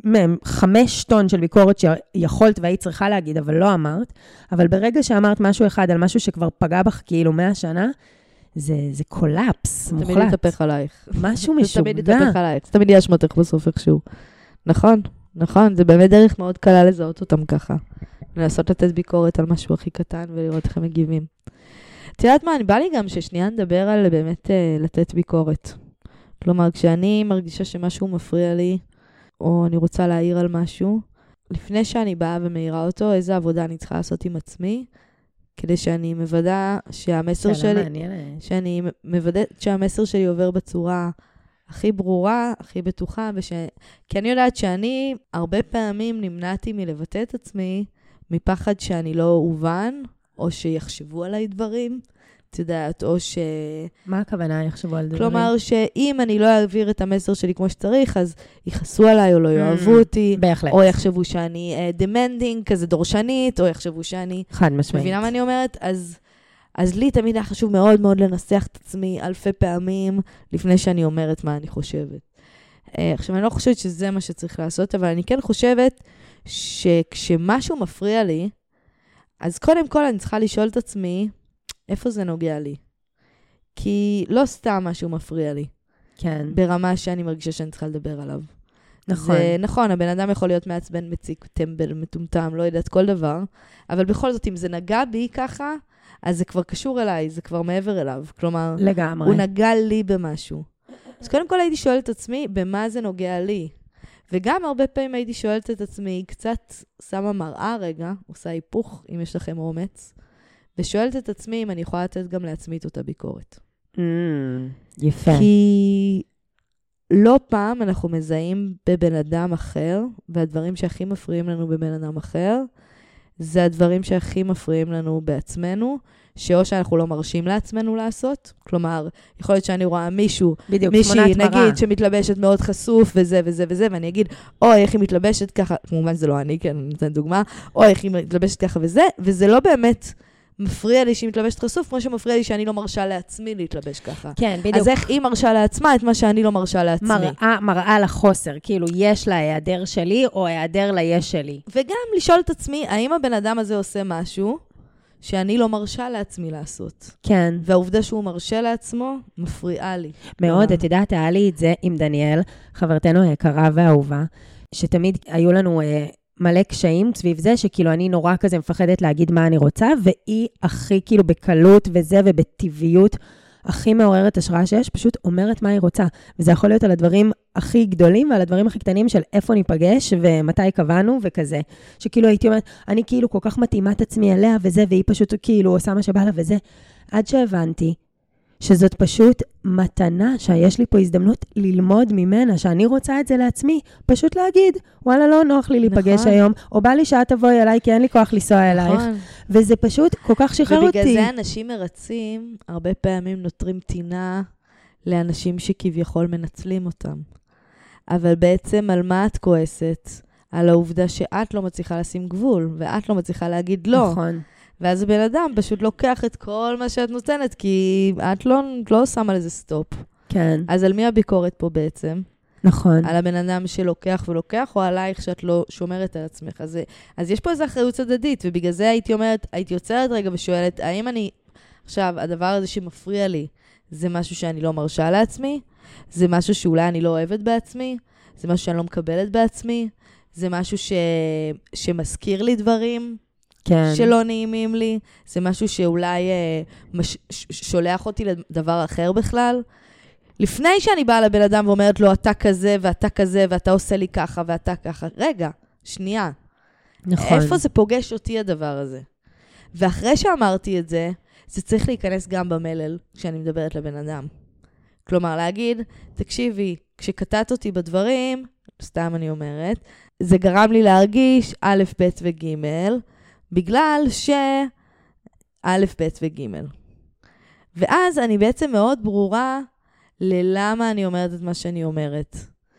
5 טון של ביקורת שיכולת והיית צריכה להגיד, אבל לא אמרת. אבל ברגע שאמרת משהו אחד על משהו שכבר פגע בך כאילו 100 שנה, זה קולאפס מוחלט. תמיד יתהפך עלייך. משהו משוגע. תמיד יתהפך עלייך. תמיד יש מותך בסוף איכשהו. נכון, נכון. זה באמת דרך מאוד קלה לזהות אותם ככה. לנסות לתת ביקורת על משהו הכי קטן ולראות איך הם מגיבים. את יודעת מה, אני בא לי גם ששנייה נדבר על באמת לתת ביקורת. כלומר, כשאני מרגישה שמשהו מפריע לי, או אני רוצה להעיר על משהו, לפני שאני באה ומעירה אותו, איזה עבודה אני צריכה לעשות עם עצמי, כדי שאני מוודא שהמסר שלי, שאני מוודאת שהמסר שלי עובר בצורה הכי ברורה, הכי בטוחה, כי אני יודעת שאני הרבה פעמים נמנעתי מלבטא את עצמי, מפחד שאני לא אובן, או שיחשבו עליי דברים, את יודעת, או מה הכוונה יחשבו על דברים? כלומר, שאם אני לא אעביר את המסר שלי כמו שצריך, אז יכעסו עליי, או לא יאהבו אותי, בהחלט. או יחשבו שאני demanding, כזה דורשנית, או יחשבו שאני... חד משמעית. מבינה מה אני אומרת? אז לי תמיד היה חשוב מאוד מאוד לנסח את עצמי אלפי פעמים, לפני שאני אומרת מה אני חושבת. עכשיו, אני לא חושבת שזה מה שצריך לעשות, אבל אני כן חושבת שכשמשהו מפריע לי, אז קודם כל אני צריכה לשאול את עצמי, איפה זה נוגע לי? כי לא סתם משהו מפריע לי. כן. ברמה שאני מרגישה שאני צריכה לדבר עליו. נכון. זה נכון, הבן אדם יכול להיות מעצבן, מציק, טמבל, מטומטם, לא יודעת כל דבר, אבל בכל זאת, אם זה נגע בי ככה, אז זה כבר קשור אליי, זה כבר מעבר אליו. כלומר, לגמרי. הוא נגע לי במשהו. אז קודם כל הייתי שואלת את עצמי, במה זה נוגע לי? וגם הרבה פעמים הייתי שואלת את עצמי, קצת שמה מראה רגע, עושה היפוך, אם יש לכם אומץ, ושואלת את עצמי אם אני יכולה לתת גם לעצמי את אותה ביקורת. יפה. כי לא פעם אנחנו מזהים בבן אדם אחר, והדברים שהכי מפריעים לנו בבן אדם אחר, זה הדברים שהכי מפריעים לנו בעצמנו, שאו שאנחנו לא מרשים לעצמנו לעשות, כלומר, יכול להיות שאני רואה מישהו, מישהי, נגיד, שמתלבשת מאוד חשוף, וזה וזה וזה, ואני אגיד, אוי, איך היא מתלבשת ככה, כמובן זה לא אני, כן, אני נותן דוגמה, אוי, איך היא מתלבשת ככה וזה, וזה לא באמת מפריע לי שהיא מתלבשת חשוף, כמו שמפריע לי שאני לא מרשה לעצמי להתלבש ככה. כן, בדיוק. אז איך היא מרשה לעצמה את מה שאני לא מרשה לעצמי? מראה לחוסר, כאילו יש לה היעדר שלי, או היעדר ליש שלי. וגם לשאול את עצמי, האם הבן אדם הזה עושה משהו שאני לא מרשה לעצמי לעשות? כן. והעובדה שהוא מרשה לעצמו, מפריעה לי. מאוד, את יודעת, היה לי את זה עם דניאל, חברתנו היקרה והאהובה, שתמיד היו לנו מלא קשיים סביב זה, שכאילו אני נורא כזה מפחדת להגיד מה אני רוצה, והיא הכי כאילו בקלות וזה ובטבעיות, הכי מעוררת השראה שיש, פשוט אומרת מה היא רוצה. וזה יכול להיות על הדברים הכי גדולים ועל הדברים הכי קטנים של איפה ניפגש ומתי קבענו וכזה. שכאילו הייתי אומרת, אני כאילו כל כך מתאימה את עצמי אליה וזה, והיא פשוט כאילו עושה מה שבא לה וזה. עד שהבנתי שזאת פשוט מתנה, שיש לי פה הזדמנות ללמוד ממנה, שאני רוצה את זה לעצמי, פשוט להגיד, וואלה, לא נוח לי להיפגש היום, או בא לי שאת תבואי אליי, כי אין לי כוח לנסוע אלייך. וזה פשוט כל כך שחרר אותי. ובגלל זה אנשים מרצים, הרבה פעמים נותרים טינה לאנשים שכביכול מנצלים אותם. אבל בעצם על מה את כועסת? על העובדה שאת לא מצליחה לשים גבול, ואת לא מצליחה להגיד לא. נכון. ואז הבן אדם פשוט לוקח את כל מה שאת נותנת, כי את לא שמה לזה סטופ. כן. אז על מי הביקורת פה בעצם? נכון. על הבן אדם שלוקח ולוקח, או עלייך שאת לא שומרת על עצמך. אז יש פה איזו אחריות צדדית, ובגלל זה הייתי יוצרת רגע ושואלת, האם אני, עכשיו, הדבר הזה שמפריע לי, זה משהו שאני לא מרשה לעצמי? זה משהו שאולי אני לא אוהבת בעצמי? זה משהו שאני לא מקבלת בעצמי? זה משהו שמזכיר לי דברים? כן. שלא נעימים לי, זה משהו שאולי שולח אותי לדבר אחר בכלל. לפני שאני באה לבן אדם ואומרת לו, אתה כזה ואתה כזה, ואתה עושה לי ככה ואתה ככה. רגע, שנייה. נכון. איפה זה פוגש אותי הדבר הזה? ואחרי שאמרתי את זה, זה צריך להיכנס גם במלל כשאני מדברת לבן אדם. כלומר, להגיד, תקשיבי, כשקטעת אותי בדברים, סתם אני אומרת, זה גרם לי להרגיש א', ב' וג', בגלל א', ב' וג'. ואז אני בעצם מאוד ברורה ללמה אני אומרת את מה שאני אומרת.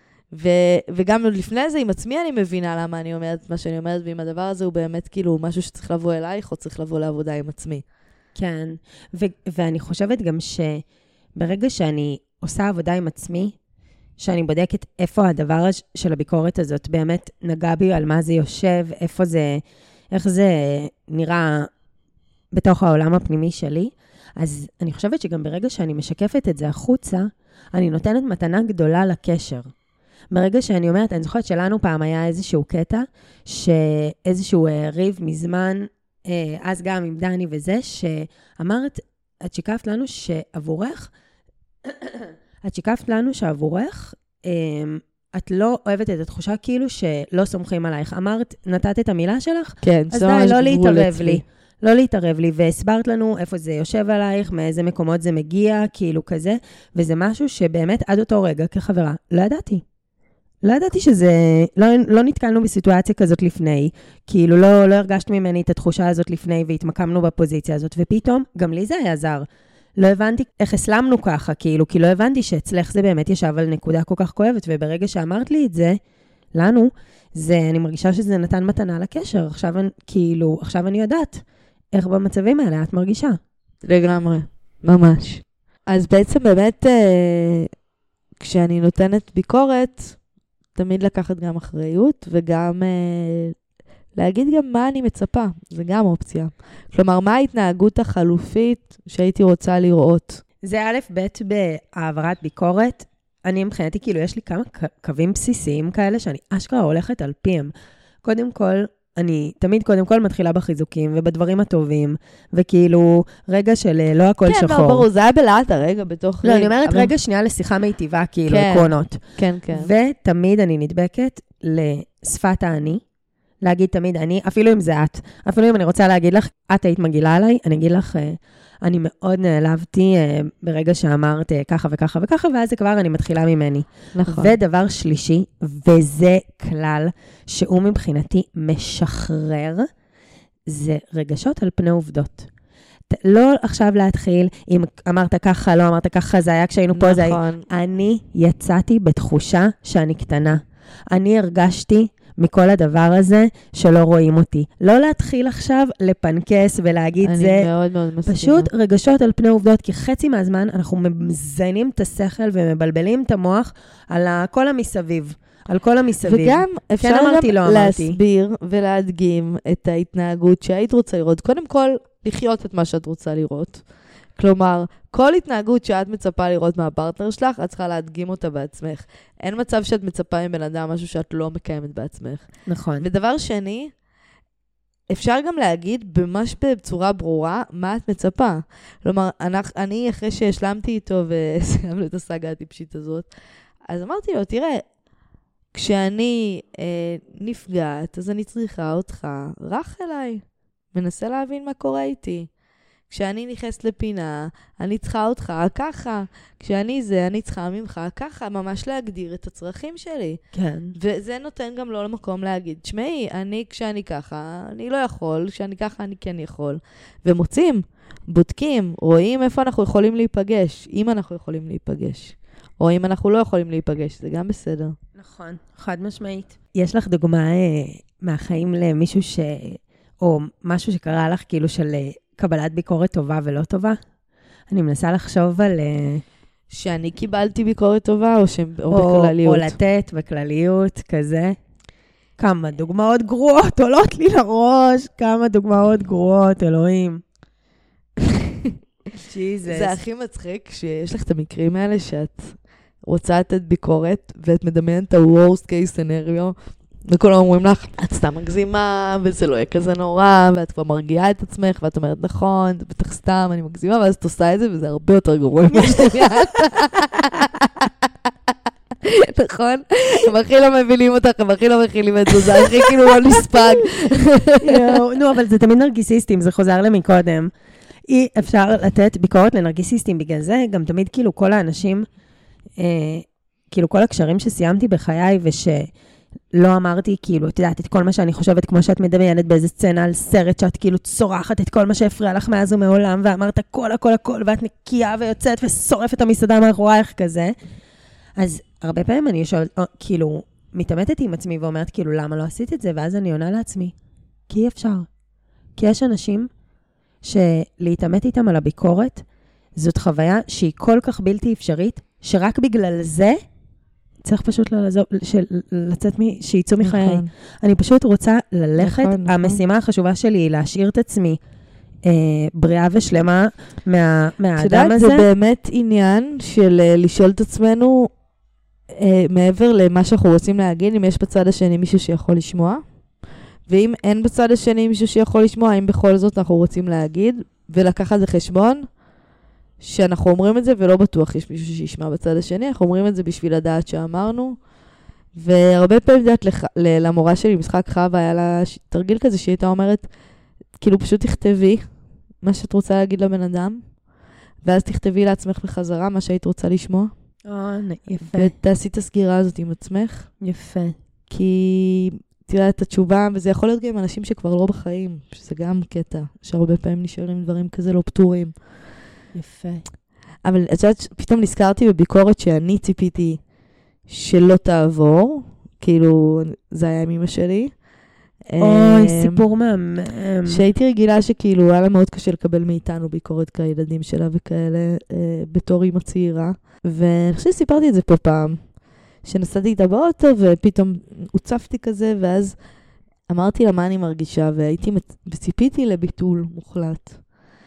וגם לפני זה, עם עצמי אני מבינה למה אני אומרת את מה שאני אומרת, ואם הדבר הזה הוא באמת כאילו משהו שצריך לבוא אלייך, או צריך לבוא לעבודה עם עצמי. כן, ואני חושבת גם שברגע שאני עושה עבודה עם עצמי, שאני בודקת איפה הדבר של הביקורת הזאת באמת נגע בי, על מה זה יושב, איך זה נראה בתוך העולם הפנימי שלי, אז אני חושבת שגם ברגע שאני משקפת את זה החוצה, אני נותנת מתנה גדולה לקשר. ברגע שאני אומרת, אני זוכרת שלנו פעם היה איזשהו קטע, שאיזשהו ריב מזמן, אז גם עם דני וזה, שאמרת, את שיקפת לנו שעבורך, את לא אוהבת את התחושה כאילו שלא סומכים עלייך. אמרת, נתת את המילה שלך? כן, אז די, לא להתערב לי. לא להתערב לי, והסברת לנו איפה זה יושב עלייך, מאיזה מקומות זה מגיע, כאילו כזה, וזה משהו שבאמת עד אותו רגע כחברה, לא ידעתי. לא ידעתי שזה, לא נתקלנו בסיטואציה כזאת לפני, כאילו לא הרגשת ממני את התחושה הזאת לפני, והתמקמנו בפוזיציה הזאת, ופתאום גם לי זה היה זר. לא הבנתי איך הסלמנו ככה, כאילו, כי לא הבנתי שאצלך זה באמת ישב על נקודה כל כך כואבת, וברגע שאמרת לי את זה, לנו, אני מרגישה שזה נתן מתנה לקשר. עכשיו אני יודעת איך במצבים האלה את מרגישה. לגמרי, ממש. אז בעצם באמת, כשאני נותנת ביקורת, תמיד לקחת גם אחריות, וגם להגיד גם מה אני מצפה. זה גם אופציה. כלומר, מה ההתנהגות החלופית שהייתי רוצה לראות? זה א' ב' בהעברת ביקורת. אני מבחינתי, כאילו, יש לי כמה קווים בסיסיים כאלה, שאני אשכרה הולכת על פיהם. קודם כל, אני תמיד קודם כל מתחילה בחיזוקים ובדברים הטובים, וכאילו רגע של לא הכל שחור. כן, ברור, זה היה בלעת הרגע בתוך... לא, אני אומרת רגע שנייה לשיחה מיטיבה, כאילו, עקרונות. כן, כן. ותמיד אני נדבקת לשפת האני, להגיד תמיד אני, אפילו אם זה את, אפילו אם אני רוצה להגיד לך, את היית מגילה עליי, אני אגיד לך, אני מאוד נעלבתי ברגע שאמרת ככה וככה וככה, ואז זה כבר אני מתחילה ממני. נכון. ודבר שלישי, וזה כלל שהוא מבחינתי משחרר, זה רגשות על פני עובדות. לא עכשיו להתחיל, אם אמרת ככה, לא אמרת ככה, זה היה כשהיינו פה, זה היה... אני יצאתי בתחושה שאני קטנה. אני הרגשתי מכל הדבר הזה שלא רואים אותי. לא להתחיל עכשיו לפנקס ולהגיד זה... אני מאוד מאוד מסכימה. פשוט רגשות על פני עובדות, כי חצי מהזמן אנחנו מזיינים את השכל ומבלבלים את המוח על כל המסביב. על כל המסביב. וגם אפשר כן אמרתי, גם לא אמרתי. להסביר ולהדגים את ההתנהגות שהיית רוצה לראות. קודם כל, לחיות את מה שאת רוצה לראות. כלומר, כל התנהגות שאת מצפה לראות מהפרטנר שלך, את צריכה להדגים אותה בעצמך. אין מצב שאת מצפה מבן אדם משהו שאת לא מקיימת בעצמך. נכון. ודבר שני, אפשר גם להגיד ממש בצורה ברורה מה את מצפה. כלומר, אני אחרי שהשלמתי איתו וסיימנו את הסאגה הטיפשית הזאת, אז אמרתי לו, תראה, כשאני נפגעת, אז אני צריכה אותך רך אליי. מנסה להבין מה קורה איתי. כשאני נכנסת לפינה, אני צריכה אותך ככה. כשאני אני צריכה ממך ככה, ממש להגדיר את הצרכים שלי. כן. וזה נותן גם לא למקום להגיד, שמעי, כשאני ככה, אני לא יכול, כשאני ככה אני כן יכול. ומוצאים, בודקים, רואים איפה אנחנו יכולים להיפגש, אם אנחנו יכולים להיפגש. או אם אנחנו לא יכולים להיפגש, זה גם בסדר. נכון, חד משמעית. יש לך דוגמה מהחיים למישהו או משהו שקרה לך כאילו של קבלת ביקורת טובה ולא טובה? אני מנסה לחשוב על... שאני קיבלתי ביקורת טובה או בכלליות? או לתת בכלליות, כזה. כמה דוגמאות גרועות עולות לי לראש, כמה דוגמאות גרועות, אלוהים. ג'יזוס. זה הכי מצחיק שיש לך את המקרים האלה שאת רוצה לתת ביקורת, ואת מדמיינת את ה-worst case scenario, וכולם אומרים לך, את סתם מגזימה, וזה לא יהיה כזה נורא, ואת כבר מרגיעה את עצמך, ואת אומרת, נכון, זה בטח סתם, אני מגזימה, ואז את עושה את זה, וזה הרבה יותר גרוע ממה שדמיינת. נכון? הם הכי לא מבינים אותך, הם הכי לא מכילים את זה, זה הכי כאילו לא נספג. נו, אבל זה תמיד נרגיסיסטים, זה חוזר למקודם. אי אפשר לתת ביקורת לנרגיסיסטים, בגלל זה גם תמיד כאילו כל האנשים, כאילו כל הקשרים שסיימתי בחיי, ושלא אמרתי כאילו, את יודעת, את כל מה שאני חושבת, כמו שאת מדמיינת באיזה סצנה על סרט, שאת כאילו צורחת את כל מה שהפריע לך מאז ומעולם, ואמרת הכל, הכל, הכל, ואת נקייה ויוצאת ושורפת את המסעדה מאחורייך כזה. אז הרבה פעמים אני כאילו, מתעמתת עם עצמי ואומרת כאילו, למה לא עשית את זה? ואז אני עונה לעצמי, כי אי אפשר. כי יש אנשים שלהתעמת איתם על הביקורת, זאת חוויה שהיא כל כך בלתי אפשרית, שרק בגלל זה צריך פשוט לצאת שיצאו מחיי. אני פשוט רוצה ללכת, המשימה החשובה שלי היא להשאיר את עצמי בריאה ושלמה מהאדם הזה. זה באמת עניין של לשאול את עצמנו, מעבר למה שאנחנו רוצים להגיד, אם יש בצד השני מישהו שיכול לשמוע, ואם אין בצד השני מישהו שיכול לשמוע, אם בכל זאת אנחנו רוצים להגיד, ולקחת זה חשבון, שאנחנו אומרים את זה, ולא בטוח יש מישהו שישמע בצד השני, אנחנו אומרים את זה בשביל לדעת שאמרנו, והרבה פעמים יודעת, למורה שלי, משחק חווה, היה לה תרגיל כזה, שהיא הייתה אומרת, כאילו פשוט תכתבי מה שאת רוצה להגיד לבן אדם, ואז תכתבי לעצמך בחזרה מה שהיית רוצה לשמוע. יפה. ותעשי את הסגירה הזאת עם עצמך. יפה. כי תראה את התשובה, וזה יכול להיות גם אנשים שכבר לא בחיים, שזה גם קטע, שהרבה פעמים נשארים דברים כזה לא פתורים. יפה. אבל את יודעת, פתאום נזכרתי בביקורת שאני ציפיתי שלא תעבור, כאילו זה היה עם אמא שלי. אוי, סיפור מהמם. שהייתי רגילה שכאילו היה לה מאוד קשה לקבל מאיתנו ביקורת כילדים שלה וכאלה, בתור אמא צעירה. ואני חושבת שסיפרתי את זה פה פעם, שנסעתי איתה באוטו ופתאום הוצפתי כזה, ואז אמרתי לה מה אני מרגישה, וציפיתי לביטול מוחלט.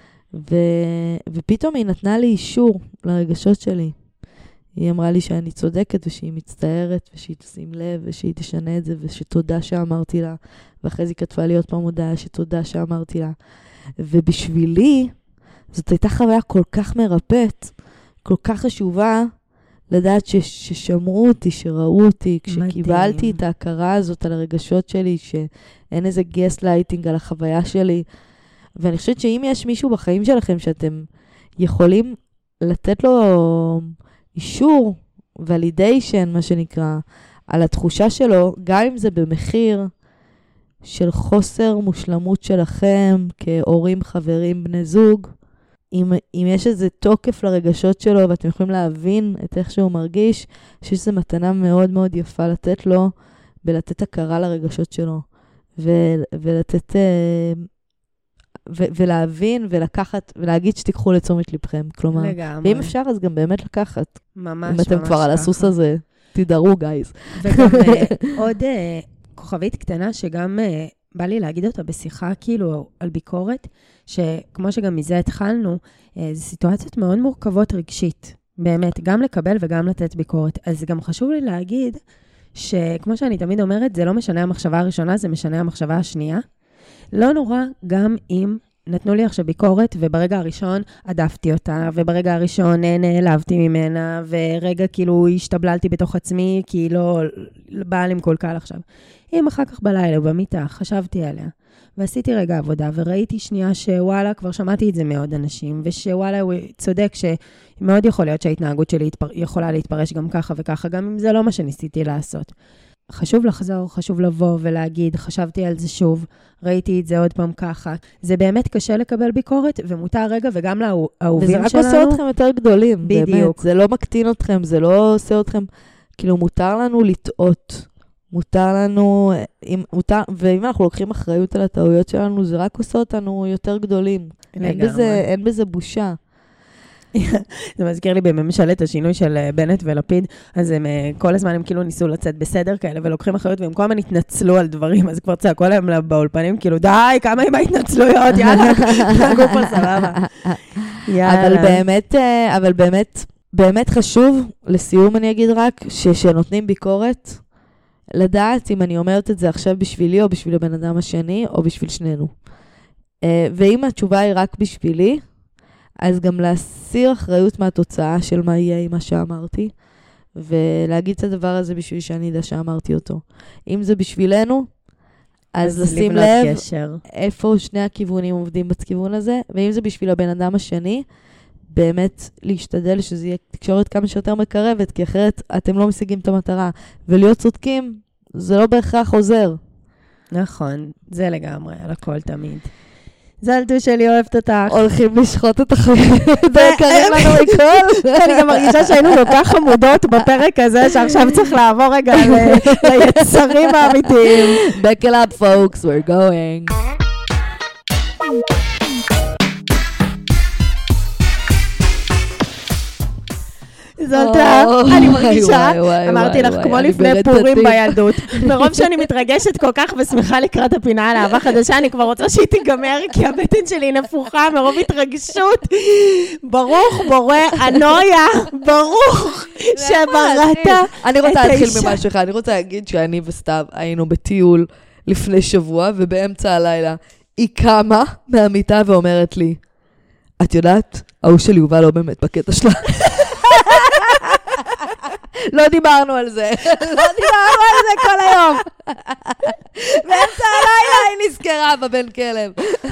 ופתאום היא נתנה לי אישור לרגשות שלי. היא אמרה לי שאני צודקת ושהיא מצטערת ושהיא תשים לב ושהיא תשנה את זה ושתודה שאמרתי לה. ואחרי זה היא כתבה לי עוד פעם הודעה שתודה שאמרתי לה. ובשבילי זאת הייתה חוויה כל כך מרפאת, כל כך חשובה לדעת ששמעו אותי, שראו אותי, כשקיבלתי את ההכרה הזאת על הרגשות שלי, שאין איזה גסט לייטינג על החוויה שלי. ואני חושבת שאם יש מישהו בחיים שלכם שאתם יכולים לתת לו אישור, ולידיישן, מה שנקרא, על התחושה שלו, גם אם זה במחיר של חוסר מושלמות שלכם, כהורים, חברים, בני זוג, אם יש איזה תוקף לרגשות שלו, ואתם יכולים להבין את איך שהוא מרגיש, שיש איזו מתנה מאוד מאוד יפה לתת לו, בלתת הכרה לרגשות שלו, ולתת, ולהבין ולקחת, ולהגיד שתיקחו לתשומת לבכם. כלומר, לגמרי. ואם אפשר, אז גם באמת לקחת. ממש, אם אתם כבר על הסוס הזה, תדערו, גייז. וגם עוד כוכבית קטנה, שגם בא לי להגיד אותה בשיחה, כאילו, על ביקורת, שכמו שגם מזה התחלנו, זה סיטואציות מאוד מורכבות רגשית. באמת, גם לקבל וגם לתת ביקורת. אז גם חשוב לי להגיד, שכמו שאני תמיד אומרת, זה לא משנה המחשבה הראשונה, זה משנה המחשבה השנייה. לא נורא, גם אם נתנו לי עכשיו ביקורת, וברגע הראשון עדפתי אותה, וברגע הראשון נעלבתי ממנה, ורגע כאילו השתבללתי בתוך עצמי, כי לא באה לי מקולקל עכשיו. אם אחר כך בלילה, במיטה, חשבתי עליה, ועשיתי רגע עבודה, וראיתי שנייה שוואלה, כבר שמעתי את זה מעוד אנשים, שוואלה הוא צודק שמאוד יכול להיות שההתנהגות שלי יכולה להתפרש גם ככה וככה, גם אם זה לא מה שניסיתי לעשות. חשוב לחזור, חשוב לבוא ולהגיד, חשבתי על זה שוב, ראיתי את זה עוד פעם ככה. זה באמת קשה לקבל ביקורת, ומותר רגע, וגם לאהובים שלנו. וזה רק עושה אתכם יותר גדולים, בדיוק. באמת. זה לא מקטין אתכם, זה לא עושה אתכם, כאילו מותר לנו לטעות. מותר לנו, ואם אנחנו לוקחים אחריות על הטעויות שלנו, זה רק עושה אותנו יותר גדולים. אין בזה בושה. זה מזכיר לי בממשלת השינוי של בנט ולפיד, אז הם כל הזמן הם כאילו ניסו לצאת בסדר כאלה, ולוקחים אחריות, והם כל הזמן התנצלו על דברים, אז כבר צעקו להם באולפנים, כאילו די, כמה עם ההתנצלויות, יאללה, תגעו פה סבבה. אבל באמת חשוב, לסיום אני אגיד רק, שנותנים ביקורת, לדעת אם אני אומרת את זה עכשיו בשבילי, או בשביל הבן אדם השני, או בשביל שנינו. ואם התשובה היא רק בשבילי, אז גם להסיר אחריות מהתוצאה של מה יהיה עם מה שאמרתי, ולהגיד את הדבר הזה בשביל שאני יודע שאמרתי אותו. אם זה בשבילנו, אז לשים לב איפה שני הכיוונים עובדים בכיוון הזה, ואם זה בשביל הבן אדם השני, באמת להשתדל שזה יהיה תקשורת כמה שיותר מקרבת, כי אחרת אתם לא משיגים את המטרה. ולהיות צודקים, זה לא בהכרח עוזר. נכון, זה לגמרי, על הכל תמיד. זלטו שלי, אוהבת אותך. הולכים לשחוט את החיים. זה קרים לנו מכל. אני גם מרגישה שהיינו כל כך חמודות בפרק הזה, שעכשיו צריך לעבור רגע ליצרים האמיתיים. Buckle up, folks, we're going. זולטה, אני מרגישה, אמרתי לך, כמו לפני פורים בילדות, מרוב שאני מתרגשת כל כך ושמחה לקראת הפינה על אהבה חדשה, אני כבר רוצה שהיא תיגמר, כי הבטן שלי נפוחה מרוב התרגשות. ברוך בורא אנויה, ברוך שבראת. אני רוצה להתחיל ממשהו אחד, אני רוצה להגיד שאני וסתיו היינו בטיול לפני שבוע, ובאמצע הלילה היא קמה מהמיטה ואומרת לי, את יודעת, ההוא של יובל לא באמת בקטע שלה. לא דיברנו על זה. לא דיברנו על זה כל היום. באמצע הלילה היא נזכרה בבן כלב.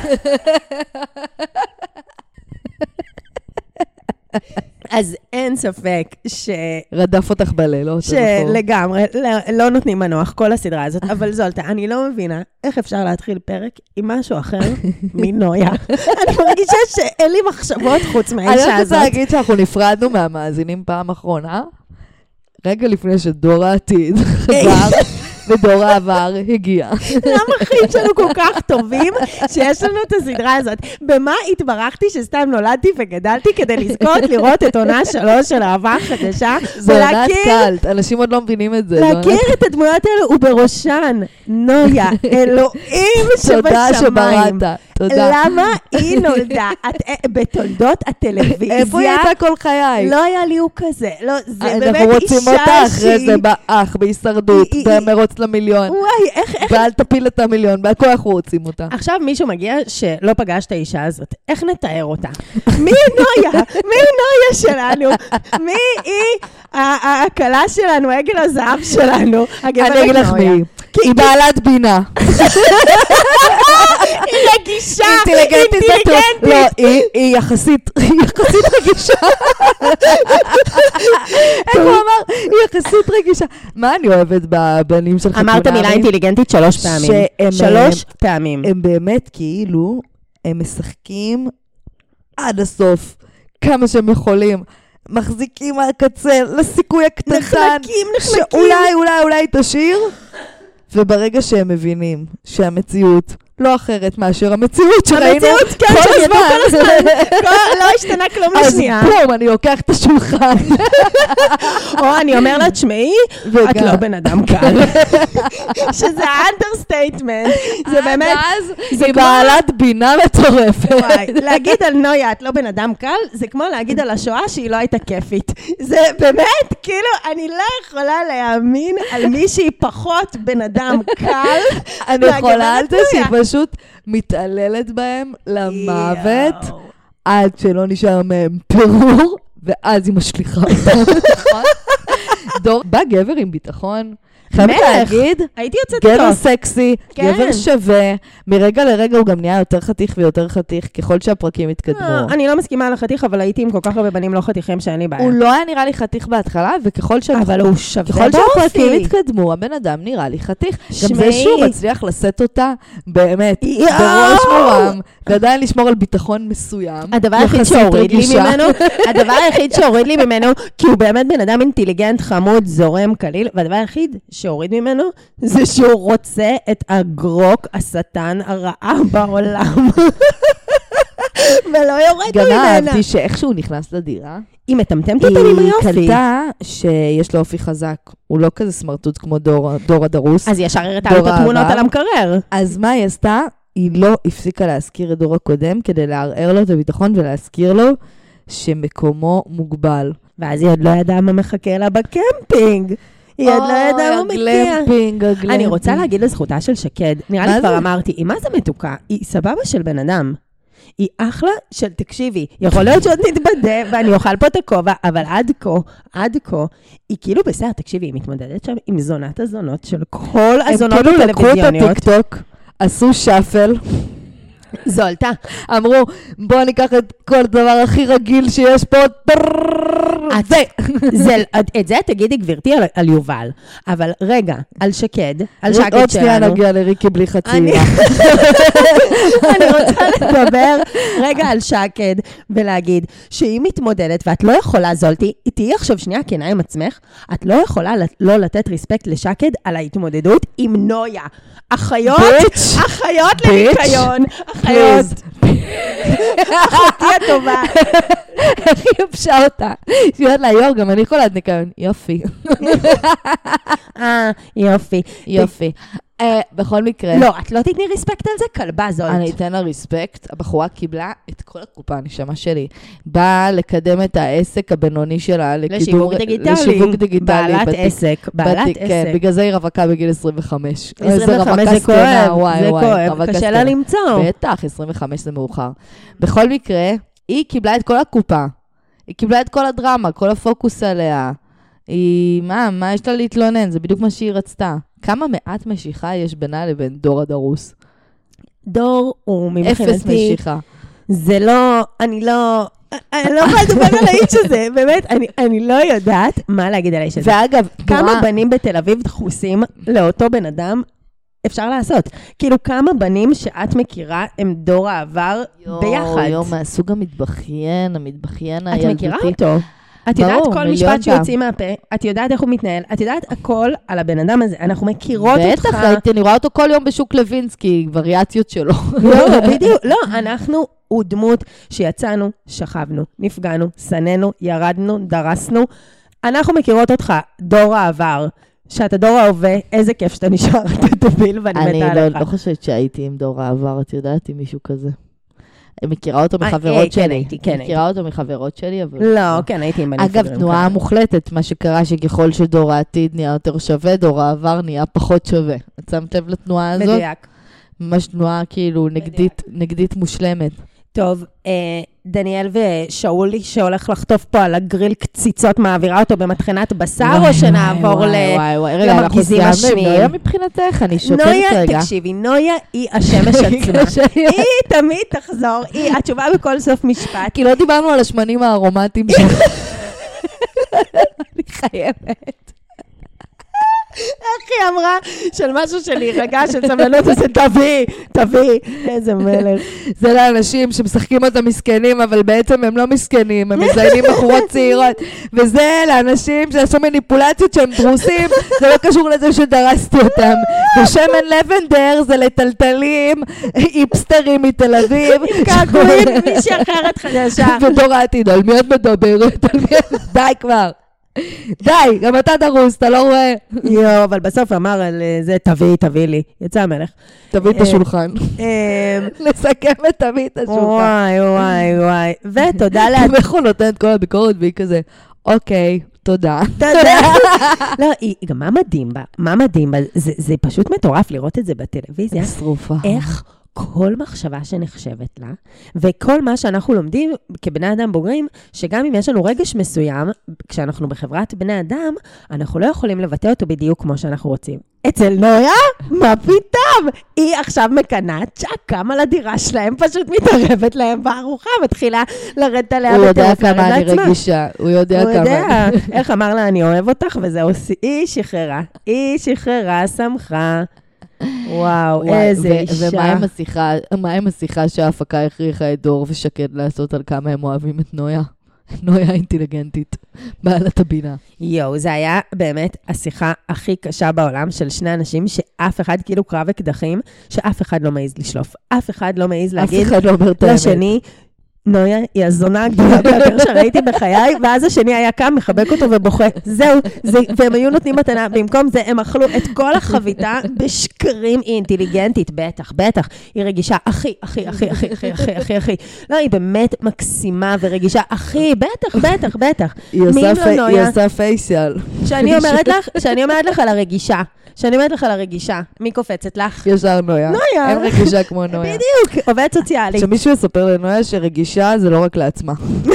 אז אין ספק רדף אותך בלילות. שלגמרי, לא נותנים מנוח, כל הסדרה הזאת. אבל זולטה, אני לא מבינה איך אפשר להתחיל פרק עם משהו אחר מנויה. אני מרגישה שאין לי מחשבות חוץ מהאישה הזאת. אני רוצה להגיד שאנחנו נפרדנו מהמאזינים פעם אחרונה, רגע לפני שדור העתיד חזר, ודור העבר הגיע. למה החיים שלנו כל כך טובים, שיש לנו את הסדרה הזאת? במה התברכתי שסתם נולדתי וגדלתי כדי לזכות לראות את עונה 3 של אהבה חדשה? זה עונת קלט, אנשים עוד לא מבינים את זה. להכיר את הדמויות האלו, ובראשן, נויה, אלוהים שבשמיים. תודה שבראת, תודה. למה היא נולדה? בתולדות הטלוויזיה. איפה היא הייתה כל חיי? לא היה לי הוא כזה. לא, זה באמת אישה אנחנו רוצים אותה אחרי זה באח, בהישרדות, במרוץ למיליון. וואי, איך... ואל תפיל את המיליון, בהכל אנחנו רוצים אותה. עכשיו מישהו מגיע שלא פגש את האישה הזאת. איך נתאר אותה? מי נויה? מי נויה שלנו? מי היא הקלה שלנו, עגל הזהב שלנו? אני אגיד לך מי. היא בעלת בינה. היא רגישה, אינטליגנטית. לא, היא יחסית רגישה. איך הוא אמר? היא יחסית רגישה. מה אני אוהבת בבנים של חתונמי? אמרת מילה אינטליגנטית 3 פעמים. 3 פעמים. הם באמת כאילו, הם משחקים עד הסוף, כמה שהם יכולים. מחזיקים על הקצה לסיכוי הקטנטן. נחלקים. שאולי תשאיר, וברגע שהם מבינים שהמציאות לא אחרת מאשר המציאות שראינו המציאות, כן, כל הזמן. לא השתנה כלום אז לשנייה. בום, אני לוקח את השולחן. או אני אומר לה, תשמעי, את לא בן אדם קל. שזה האנדרסטייטמנט. זה באמת, זה בעלת בינה מטורפת. וואי, להגיד על נויה, את לא בן אדם קל, זה כמו להגיד על השואה שהיא לא הייתה כיפית. זה באמת, כאילו, אני לא יכולה להאמין על מישהי פחות בן אדם קל. אני יכולה על זה שהיא פשוט מתעללת בהם למוות, עד שלא נשאר מהם פירור, ואז היא משליחה אותם. דור, בא גבר עם ביטחון, חייבת להגיד, הייתי יוצאת איתו. גבר סקסי, גבר שווה, מרגע לרגע הוא גם נהיה יותר חתיך ויותר חתיך, ככל שהפרקים התקדמו. אני לא מסכימה על החתיך, אבל הייתי עם כל כך הרבה בנים לא חתיכים שאין לי בעיה. הוא לא היה נראה לי חתיך בהתחלה, וככל אבל הוא שווה שהפרקים התקדמו, הבן אדם נראה לי חתיך. גם זה שהוא מצליח לשאת אותה, באמת, בראש מורם, ועדיין לשמור על ביטחון מסוים. הדבר היחיד שהוריד לי ממנו, כי הוא באמת בן אדם אינטליגנט, חמוד, זורם, קליל, והדבר היחיד שהוריד ממנו, זה שהוא רוצה את הגרוק, השטן, הרעה בעולם. ולא יורד ממנה. גם אהבתי שאיכשהו נכנס לדירה, היא מטמטמת אותה עם היופי. היא קלטה שיש לו אופי חזק. הוא לא כזה סמרטוט כמו דור הדרוס. אז ישר הראתה לו את התמונות על המקרר. אז מה היא עשתה? היא לא הפסיקה להזכיר את דור הקודם, כדי לערער לו את הביטחון ולהזכיר לו שמקומו מוגבל. ואז היא עוד לא ידעה מה מחכה לה בקמפינג. היא עוד לא ידעה מה מגיע. אני רוצה להגיד לזכותה של שקד. נראה לי כבר אמרתי, היא מה זה מתוקה? היא סבבה של בן אדם. היא אחלה של, תקשיבי, יכול להיות שעוד נתבדה, ואני אוכל פה את הכובע, אבל עד כה, היא כאילו בסדר, תקשיבי, היא מתמודדת שם עם זונת הזונות של כל הזונות הטלוויזיוניות. הם כאילו לקחו את הטיקטוק, עשו שפל, זולתה. אמרו, בוא ניקח את כל דבר הכי רגיל שיש פה, את זה תגידי גברתי על יובל, אבל רגע, על שקד, על שקד שלנו. עוד שנייה נגיע לריקי בלי חצי. אני רוצה לדבר רגע על שקד, ולהגיד שהיא מתמודדת, ואת לא יכולה, זולתי, תהיי עכשיו שנייה כנה עם עצמך, את לא יכולה לא לתת ריספקט לשקד על ההתמודדות עם נויה. אחיות לניקיון, אחיות. אחותי הטובה. איך היא יבשה אותה? שהיא אומרת לה, יור, גם אני יכולה ניקיון. יופי. יופי. בכל מקרה. לא, את לא תתני ריספקט על זה, כלבה זאת. אני אתן לה ריספקט. הבחורה קיבלה את כל הקופה, הנשמה שלי. באה לקדם את העסק הבינוני שלה. לשיווק דיגיטלי. בעלת עסק. כן, בגלל זה היא רווקה בגיל 25. 25 זה כואב. קשה לה למצוא. בטח, 25 זה מאוחר. בכל מקרה, היא קיבלה את כל הקופה. היא קיבלה את כל הדרמה, כל הפוקוס עליה. היא, מה יש לה להתלונן? זה בדיוק מה שהיא רצתה. כמה מעט משיכה יש בינה לבין דור הדרוס? דור הוא מבחינתי... אפס משיכה. זה לא, אני לא יכולה לדבר על האיש הזה, באמת, אני לא יודעת מה להגיד על האיש הזה. ואגב, כמה בנים בתל אביב דחוסים לאותו בן אדם אפשר לעשות? כאילו כמה בנים שאת מכירה הם דור העבר ביחד? מהסוג המתבכיין הילדותי. את מכירה אותו? את יודעת כל משפט שיוצאים מהפה, את יודעת איך הוא מתנהל, את יודעת הכל על הבן אדם הזה, אנחנו מכירות אותך. בטח, אני רואה אותו כל יום בשוק לוינסקי, וריאציות שלו. לא, בדיוק, לא, הוא דמות שיצאנו, שכבנו, נפגענו, סננו, ירדנו, דרסנו, אנחנו מכירות אותך, דור העבר, שאתה דור ההווה, איזה כיף שאתה נשאר, אתה דביל ואני מתה עליך. אני לא חושבת שהייתי עם דור העבר, את יודעת, עם מישהו כזה. אני מכירה אותו מחברות שלי. כן, מכירה אותו מחברות שלי, אבל... לא, כן, הייתי עם בנים חברים. אגב, תנועה מוחלטת, מה שקרה שככל שדור העתיד נהיה יותר שווה, דור העבר נהיה פחות שווה. את שמת לב לתנועה הזאת? מדויק. ממש תנועה כאילו נגדית מושלמת. טוב, דניאל ושאולי שהולך לחטוף פה על הגריל קציצות, מעבירה אותו במטחנת בשר, או שנעבור למרגיזים השניים? נויה מבחינתך, אני שוקלת רגע. נויה, תקשיבי, נויה היא השמש עצמה. היא תמיד תחזור, היא התשובה בכל סוף משפט. כי לא דיברנו על השמנים הארומטיים שלך. אני חייבת. איך היא אמרה של משהו של להירגע, של סבלנות, זה תביא, איזה מלך. זה לאנשים שמשחקים אותם מסכנים, אבל בעצם הם לא מסכנים, הם מזיינים בחורות צעירות, וזה לאנשים שעשו מניפולציות שהם דרוסים, זה לא קשור לזה שדרסתי אותם, ושמן לבנדר זה לטלטלים, היפסטרים מתל אביב. עם קעקועים, מישהי אחרת חדשה. ודור העתיד, על מי את מדברת? די כבר. די, גם אתה דרוס, אתה לא רואה. יו, אבל בסוף אמר על זה, תביא לי. יצא המלך. תביא את השולחן. לסכם ותביא את השולחן. וואי. ותודה לה... איך הוא נותן את כל הביקורת והיא כזה, אוקיי, תודה. לא, גם מה מדהים בה? זה פשוט מטורף לראות את זה בטלוויזיה. שרופה. איך כל מחשבה שנחשבת לה, וכל מה שאנחנו לומדים כבני אדם בוגרים, שגם אם יש לנו רגש מסוים, כשאנחנו בחברת בני אדם, אנחנו לא יכולים לבטא אותו בדיוק כמו שאנחנו רוצים. אצל נויה? מה פתאום? היא עכשיו מקנה צ'קם על הדירה שלהם, פשוט מתערבת להם בארוחה, מתחילה לרדת עליה הוא יודע כמה אני רגישה, הוא יודע כמה. איך אמר לה, אני אוהב אותך, וזהו, היא שחררה, שמחה. וואו, איזה אישה. ומה עם השיחה שההפקה הכריחה את דור ושקד לעשות על כמה הם אוהבים את נויה? נויה אינטליגנטית, בעלת הבינה. יואו, זה היה באמת השיחה הכי קשה בעולם של שני אנשים שאף אחד, כאילו קרב אקדחים, שאף אחד לא מעז לשלוף. אף אחד לא מעז להגיד לשני, נויה היא הזונה הגדולה ביותר שראיתי בחיי, ואז השני היה קם, מחבק אותו ובוכה. זהו, והם היו נותנים מתנה. במקום זה, הם אכלו את כל החביתה בשקרים. היא אינטליגנטית, בטח. היא רגישה, אחי. לא, היא באמת מקסימה ורגישה, אחי, בטח. היא עושה פייסיאל. שאני אומרת לך לרגישה, מי קופצת לך? ישר נויה. אין רגישה כמו נויה. בדיוק, עובד סוציאלי. שמישהו יספר לנויה שרגישה זה לא רק לעצמה.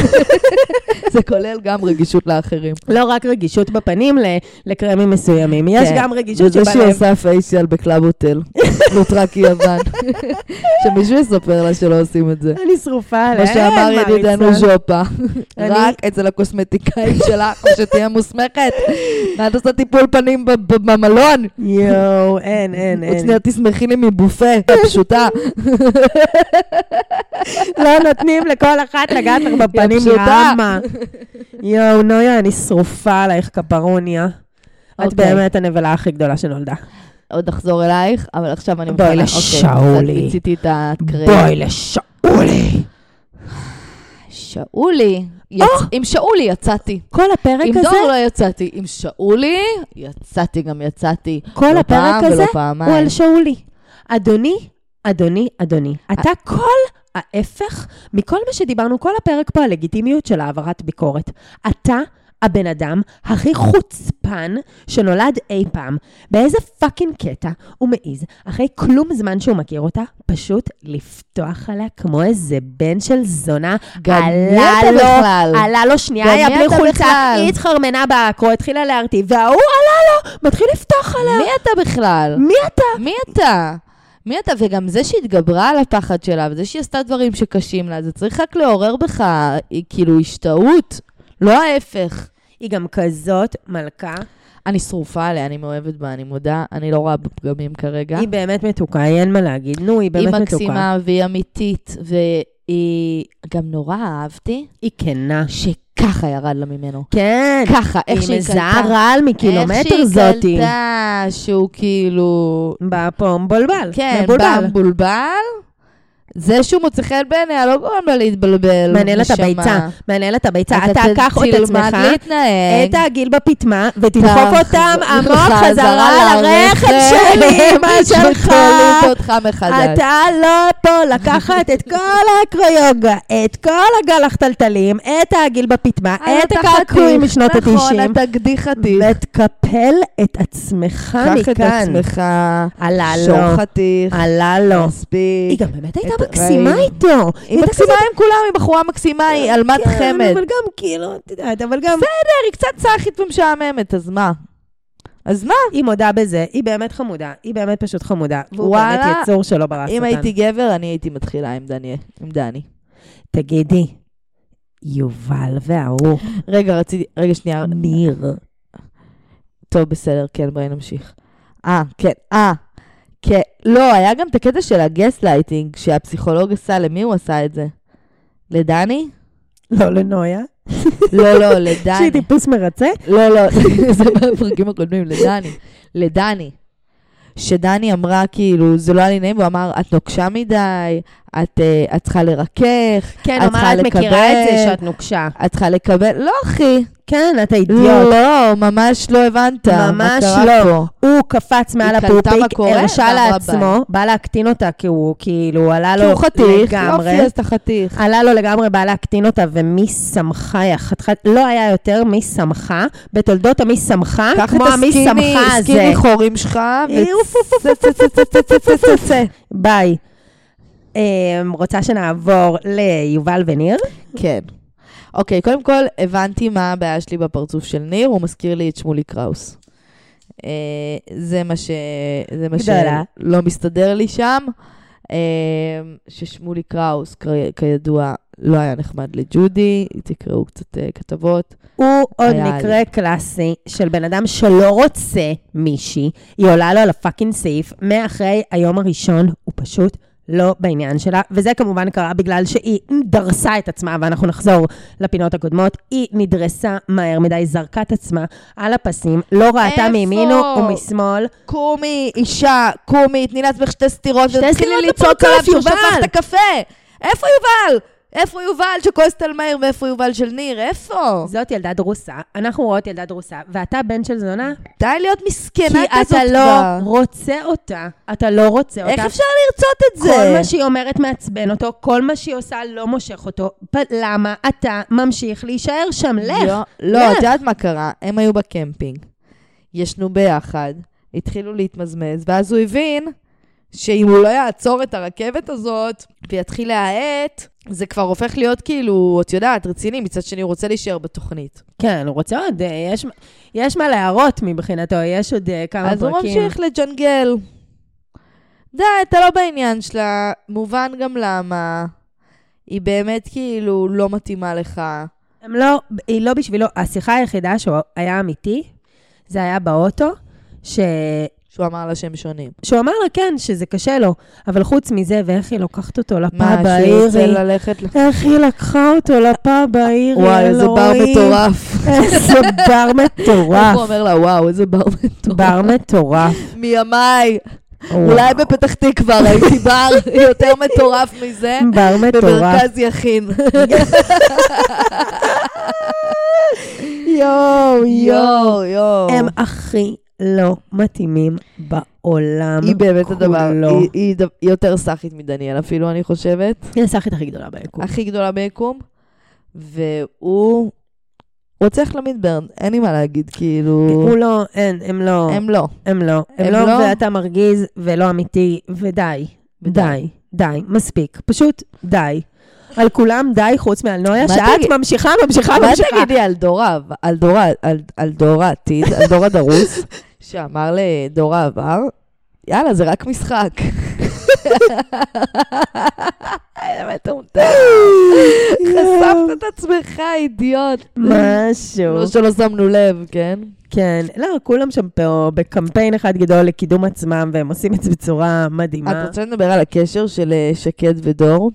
זה כולל גם רגישות לאחרים. לא רק רגישות בפנים לקרמים מסוימים, יש גם רגישות שבלב. וזה שהיא עושה פייסיאל בקלאב הוטל, נוטרקי יוון. שמישהו יספר לה שלא עושים את זה. אני שרופה עליהם. כמו שאמר ידידנו ז'ופה, רק אצל הקוסמטיקאית שלך, או שתהיה מוסמכת. ואת עושה טיפול פנים במלון. יואו, אין. עוד שנייה תשמחי לי מבופה, פשוטה. לא נותנים לכל אחת לגעת לך בפנים רמה. יואו, נויה, אני שרופה עלייך כפרוניה. את באמת הנבלה הכי גדולה שנולדה. עוד אחזור אלייך, אבל עכשיו אני בואי לשאולי. מיציתי את הקריאה. בואי לשאולי. שאולי. עם שאולי יצאתי. כל הפרק הזה? עם דור לא יצאתי. עם שאולי יצאתי. כל הפרק הזה הוא על שאולי. אדוני, אתה כל ההפך מכל מה שדיברנו, כל הפרק פה, הלגיטימיות של העברת ביקורת. אתה הבן אדם הכי חוצפן שנולד אי פעם. באיזה פאקינג קטע הוא מעיז, אחרי כלום זמן שהוא מכיר אותה, פשוט לפתוח עליה כמו איזה בן של זונה. עלה לו שנייה, היה בלי חולצה, היא התחרמנה באקרו, התחילה להרטיב, והוא עלה לו, מתחיל לפתוח עליה. מי אתה בכלל? מי אתה? וגם זה שהתגברה על הפחד שלה, וזה שהיא עשתה דברים שקשים לה, זה צריך רק לעורר בך, כאילו השתאות, לא ההפך. היא גם כזאת מלכה. אני שרופה עליה, אני מאוהבת בה, אני מודה, אני לא רואה בפגמים כרגע. היא באמת מתוקה, אין מה להגיד, נו, היא באמת מתוקה. היא מקסימה והיא אמיתית, והיא גם נורא אהבתי. היא כנה. ככה ירד לה ממנו. כן. ככה, איך שהיא קלטה. היא מזהה רעל מקילומטר זאתי. איך שהיא קלטה, שהוא כאילו... בא פה מבולבל. כן, בא מבולבל. זה שהוא מוצא חן בעיניה, לא גורם לה להתבלבל. מעניין את הביצה. אתה קח את עצמך, את העגיל בפתמה, ותדחוף אותם עמוק חזרה לרחם שלי, מה שלך. אתה לא פה לקחת את כל האקרויוגה, את כל הגלח טלטלים, את העגיל בפתמה, את הקעקועים משנות ה-90. נכון, את הגדיחתי. ותקפל את עצמך מכאן. קח את עצמך. שוחתיך. עלה לו. היא גם באמת הייתה מקסימה איתו. היא מקסימה עם כולם, היא בחורה מקסימה, היא אלמת חמד. אבל גם כאילו, את יודעת, אבל גם... בסדר, היא קצת צחית ומשעממת, אז מה? היא מודה בזה, היא באמת חמודה, היא באמת פשוט חמודה, והוא באמת יצור שלא ברס אותנו. אם הייתי גבר, אני הייתי מתחילה עם דני. תגידי, יובל והוא. רגע, שנייה. ניר. טוב, בסדר, כן, בואי נמשיך. כן, לא, היה גם את הקטע של הגסלייטינג, שהפסיכולוג עשה, למי הוא עשה את זה? לדני? לא, לנויה. לא, לדני. שהיא טיפוס מרצה? לא, זה בפרקים הקודמים, לדני. שדני אמרה, כאילו, זה לא היה לי נעים, והוא אמר, את נוקשה מדי, את צריכה לרכך, כן, את צריכה את מכירה את זה שאת נוקשה. את צריכה לקבל, לא אחי. כן, אתה אידיוט. לא, ממש לא הבנת. ממש לא. הוא קפץ מעל הפופיק, הרשה לעצמו, בא להקטין אותה, כי הוא כאילו עלה לו לגמרי. כי הוא חתיך, יופי, אז אתה חתיך. עלה לו לגמרי, בא להקטין אותה, ומי שמחה, לא היה יותר מי שמחה, בתולדות המי שמחה, כמו המי שמחה הזה. סקיני חורים שלך, ביי. רוצה שנעבור ליובל וניר? כן. אוקיי, קודם כל, הבנתי מה הבעיה שלי בפרצוף של ניר, הוא מזכיר לי את שמולי קראוס. זה מה שלא מסתדר לי שם, ששמולי קראוס, כידוע, לא היה נחמד לג'ודי, תקראו קצת כתבות. הוא עוד מקרה קלאסי של בן אדם שלא רוצה מישהי, היא עולה לו על הפאקינג סעיף, מאחרי היום הראשון הוא פשוט לא בעניין שלה, וזה כמובן קרה בגלל שהיא דרסה את עצמה, ואנחנו נחזור לפינות הקודמות, היא נדרסה מהר מדי, זרקה את עצמה על הפסים, לא ראתה מימינו ומשמאל. קומי, אישה, קומי, תני לעצמך שתי סתירות, ותתחילי לצעוק עליו שהוא שפך את הקפה. איפה יובל? איפה יובל שכועסת על מאיר, ואיפה יובל של ניר? איפה? זאת ילדה דרוסה, אנחנו רואות ילדה דרוסה, ואתה בן של זונה? די להיות מסכנה כזאת כבר. כי אתה לא רוצה אותה, אתה לא רוצה אותה. איך אפשר לרצות את זה? כל מה שהיא אומרת מעצבן אותו, כל מה שהיא עושה לא מושך אותו. למה אתה ממשיך להישאר שם? לך. לא, את יודעת מה קרה? הם היו בקמפינג, ישנו ביחד, התחילו להתמזמז, ואז הוא הבין שאם הוא לא יעצור את הרכבת הזאת, ויתחיל להאט, זה כבר הופך להיות כאילו, את יודעת, רציני, מצד שני הוא רוצה להישאר בתוכנית. כן, הוא רוצה עוד, יש מה להראות מבחינתו, יש עוד כמה פרקים. אז הוא ממשיך לג'נגל. די, אתה לא בעניין שלה, מובן גם למה. היא באמת כאילו לא מתאימה לך. היא לא בשבילו, השיחה היחידה שהוא היה אמיתי, זה היה באוטו, שהוא אמר לה שהם שונים. שהוא אמר לה, כן, שזה קשה לו. אבל חוץ מזה, ואיך היא לוקחת אותו לפאב מה, בעירי. שהוא רוצה ללכת איך היא לקחה אותו לפאב בעירי. וואי, איזה בר מטורף. איזה בר מטורף. הוא אומר לה, וואו, איזה בר מטורף. בר מטורף. מימיי. אולי בפתח תקווה ראיתי בר יותר מטורף מזה. בר מטורף. במרכז יכין. יואו. הם הכי לא מתאימים בעולם. היא באמת הדבר, היא יותר סחית מדניאל אפילו, אני חושבת. היא הסחית הכי גדולה ביקום. הכי גדולה ביקום. והוא צריך למדברן, אין לי מה להגיד, כאילו... הוא לא, הם לא. הם לא, ואתה מרגיז ולא אמיתי, ודי. די, מספיק. פשוט די. על כולם די, חוץ מעל נויה, שאת ממשיכה. מה תגידי על דור העתיד, על דור הדרוס, שאמר לדור העבר, יאללה, זה רק משחק. באמת מומתר. חשפת את עצמך, אידיוט. משהו. לא שלא שמנו לב, כן? כן, לא, כולם שם פה בקמפיין אחד גדול לקידום עצמם, והם עושים את זה בצורה מדהימה. את רוצה לדבר על הקשר של שקד ודור?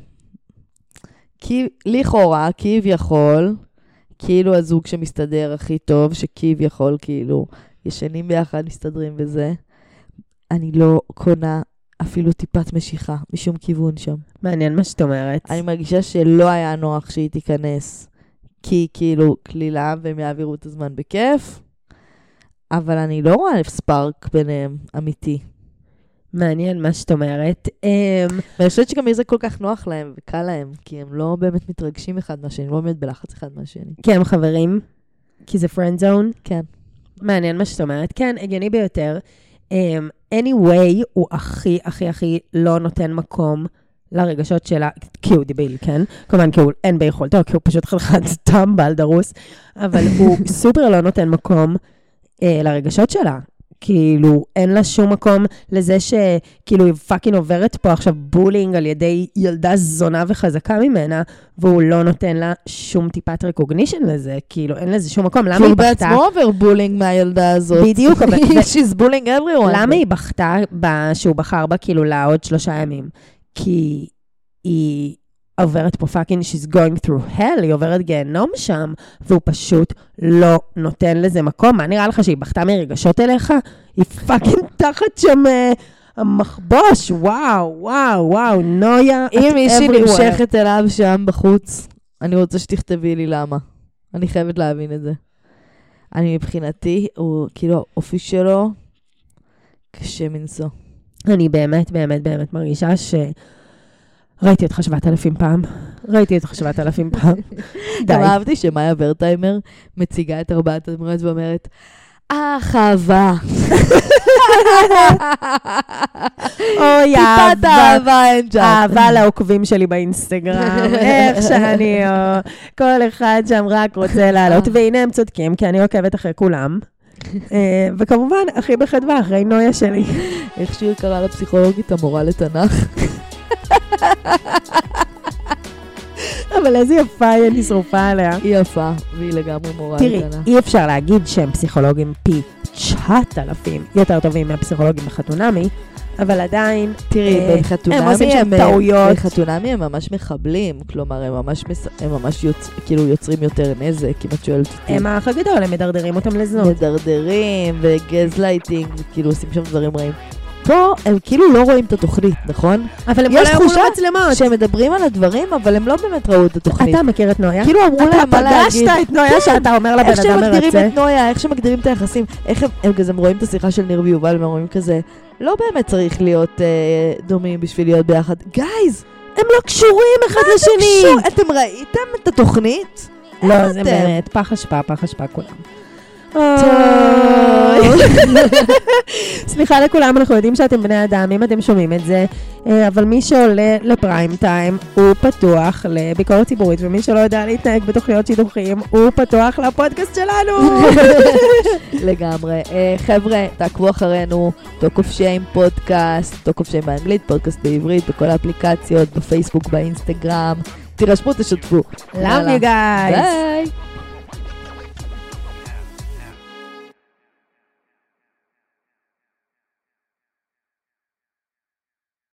לכאורה, כביכול, כאילו הזוג שמסתדר הכי טוב, שכביכול, כאילו, ישנים ביחד, מסתדרים וזה. אני לא קונה אפילו טיפת משיכה, משום כיוון שם. מעניין מה שאת אומרת. אני מרגישה שלא היה נוח שהיא תיכנס, כי כאילו כלילה, והם יעבירו את הזמן בכיף, אבל אני לא רואה ספארק ביניהם, אמיתי. מעניין מה שאת אומרת. ואני חושבת שגם זה כל כך נוח להם וקל להם, כי הם לא באמת מתרגשים אחד מהשני, לא באמת בלחץ אחד מהשני. כי הם חברים? כי זה friend zone? כן. מעניין מה שאת אומרת. כן, הגיוני ביותר. anyway, הוא הכי לא נותן מקום לרגשות שלה, כי הוא דיביל, כן? כמובן, כי הוא אין ביכולתו, כי הוא פשוט חלחת טמבל דרוס, אבל הוא סופר לא נותן מקום לרגשות שלה. כאילו, אין לה שום מקום לזה שכאילו היא פאקינג עוברת פה עכשיו בולינג על ידי ילדה זונה וחזקה ממנה, והוא לא נותן לה שום טיפת רקוגנישן לזה, כאילו, אין לזה שום מקום. למה היא בכתה? שהוא בעצמו עובר בולינג מהילדה הזאת. בדיוק. She's bullying everyone. למה היא בכתה שהוא בחר בה כאילו לעוד 3 ימים? כי היא עוברת פה פאקינג, she's going through hell, היא עוברת גיהנום שם, והוא פשוט לא נותן לזה מקום. מה נראה לך שהיא בכתה מרגשות אליך? היא פאקינג תחת שם המחבוש, וואו, נויה, אם מישהי נמשכת אליו שם בחוץ, אני רוצה שתכתבי לי למה. אני חייבת להבין את זה. אני מבחינתי, הוא כאילו, האופי שלו, קשה מנסו. אני באמת מרגישה ראיתי אותך 7,000 פעם. גם אהבתי שמאיה ורטהיימר מציגה את 4 הדמויות ואומרת, אהבה. אוי, טיפת אהבה אין שם. אהבה לעוקבים שלי באינסטגרם. איך שאני, כל אחד שם רק רוצה לעלות. והנה הם צודקים, כי אני עוקבת אחרי כולם. וכמובן, הכי בחדווה, אחרי נויה שלי. איך שיר קרא לפסיכולוגית המורה לתנ"ך? אבל איזה יפה היא, אני שרופה עליה. היא יפה, והיא לגמרי מורה לתנ"ך. תראי, אי אפשר להגיד שהם פסיכולוגים פי 9,000 יותר טובים מהפסיכולוגים בחתונמי, אבל עדיין, תראי, הם עושים שם טעויות. בחתונמי הם ממש מחבלים, כלומר, הם ממש יוצרים יותר נזק, אם את שואלת אותי. הם האח הגדול, הם מדרדרים אותם לזנות. מדרדרים וגזלייטינג, כאילו עושים שם דברים רעים. פה הם כאילו לא רואים את התוכנית, נכון? אבל הם יש כל תחושה מצלמות. שהם מדברים על הדברים, אבל הם לא באמת ראו את התוכנית. אתה מכיר את נויה? כאילו אמרו להם מה להגיד. אתה פגשת את נויה שאתה אומר לבן אדם מרצה. איך שמגדירים את נויה, איך שמגדירים את היחסים, איך הם כזה רואים את השיחה של ניר ויובל, והם רואים כזה, לא באמת צריך להיות דומים בשביל להיות ביחד. גייז, הם לא קשורים אחד לשני. אתם ראיתם את התוכנית? לא, זה באמת פח אשפה כולם. סליחה לכולם, אנחנו יודעים שאתם בני אדם, אם אתם שומעים את זה, אבל מי שעולה לפריים טיים הוא פתוח לביקורת ציבורית, ומי שלא יודע להתנהג בתוכניות שידוכים הוא פתוח לפודקאסט שלנו. לגמרי. חבר'ה, תעקבו אחרינו, Talk of Shame פודקאסט, Talk of Shame באנגלית, פודקאסט בעברית, בכל האפליקציות, בפייסבוק, באינסטגרם. תירשמו, תשתפו. Love you guys. ביי.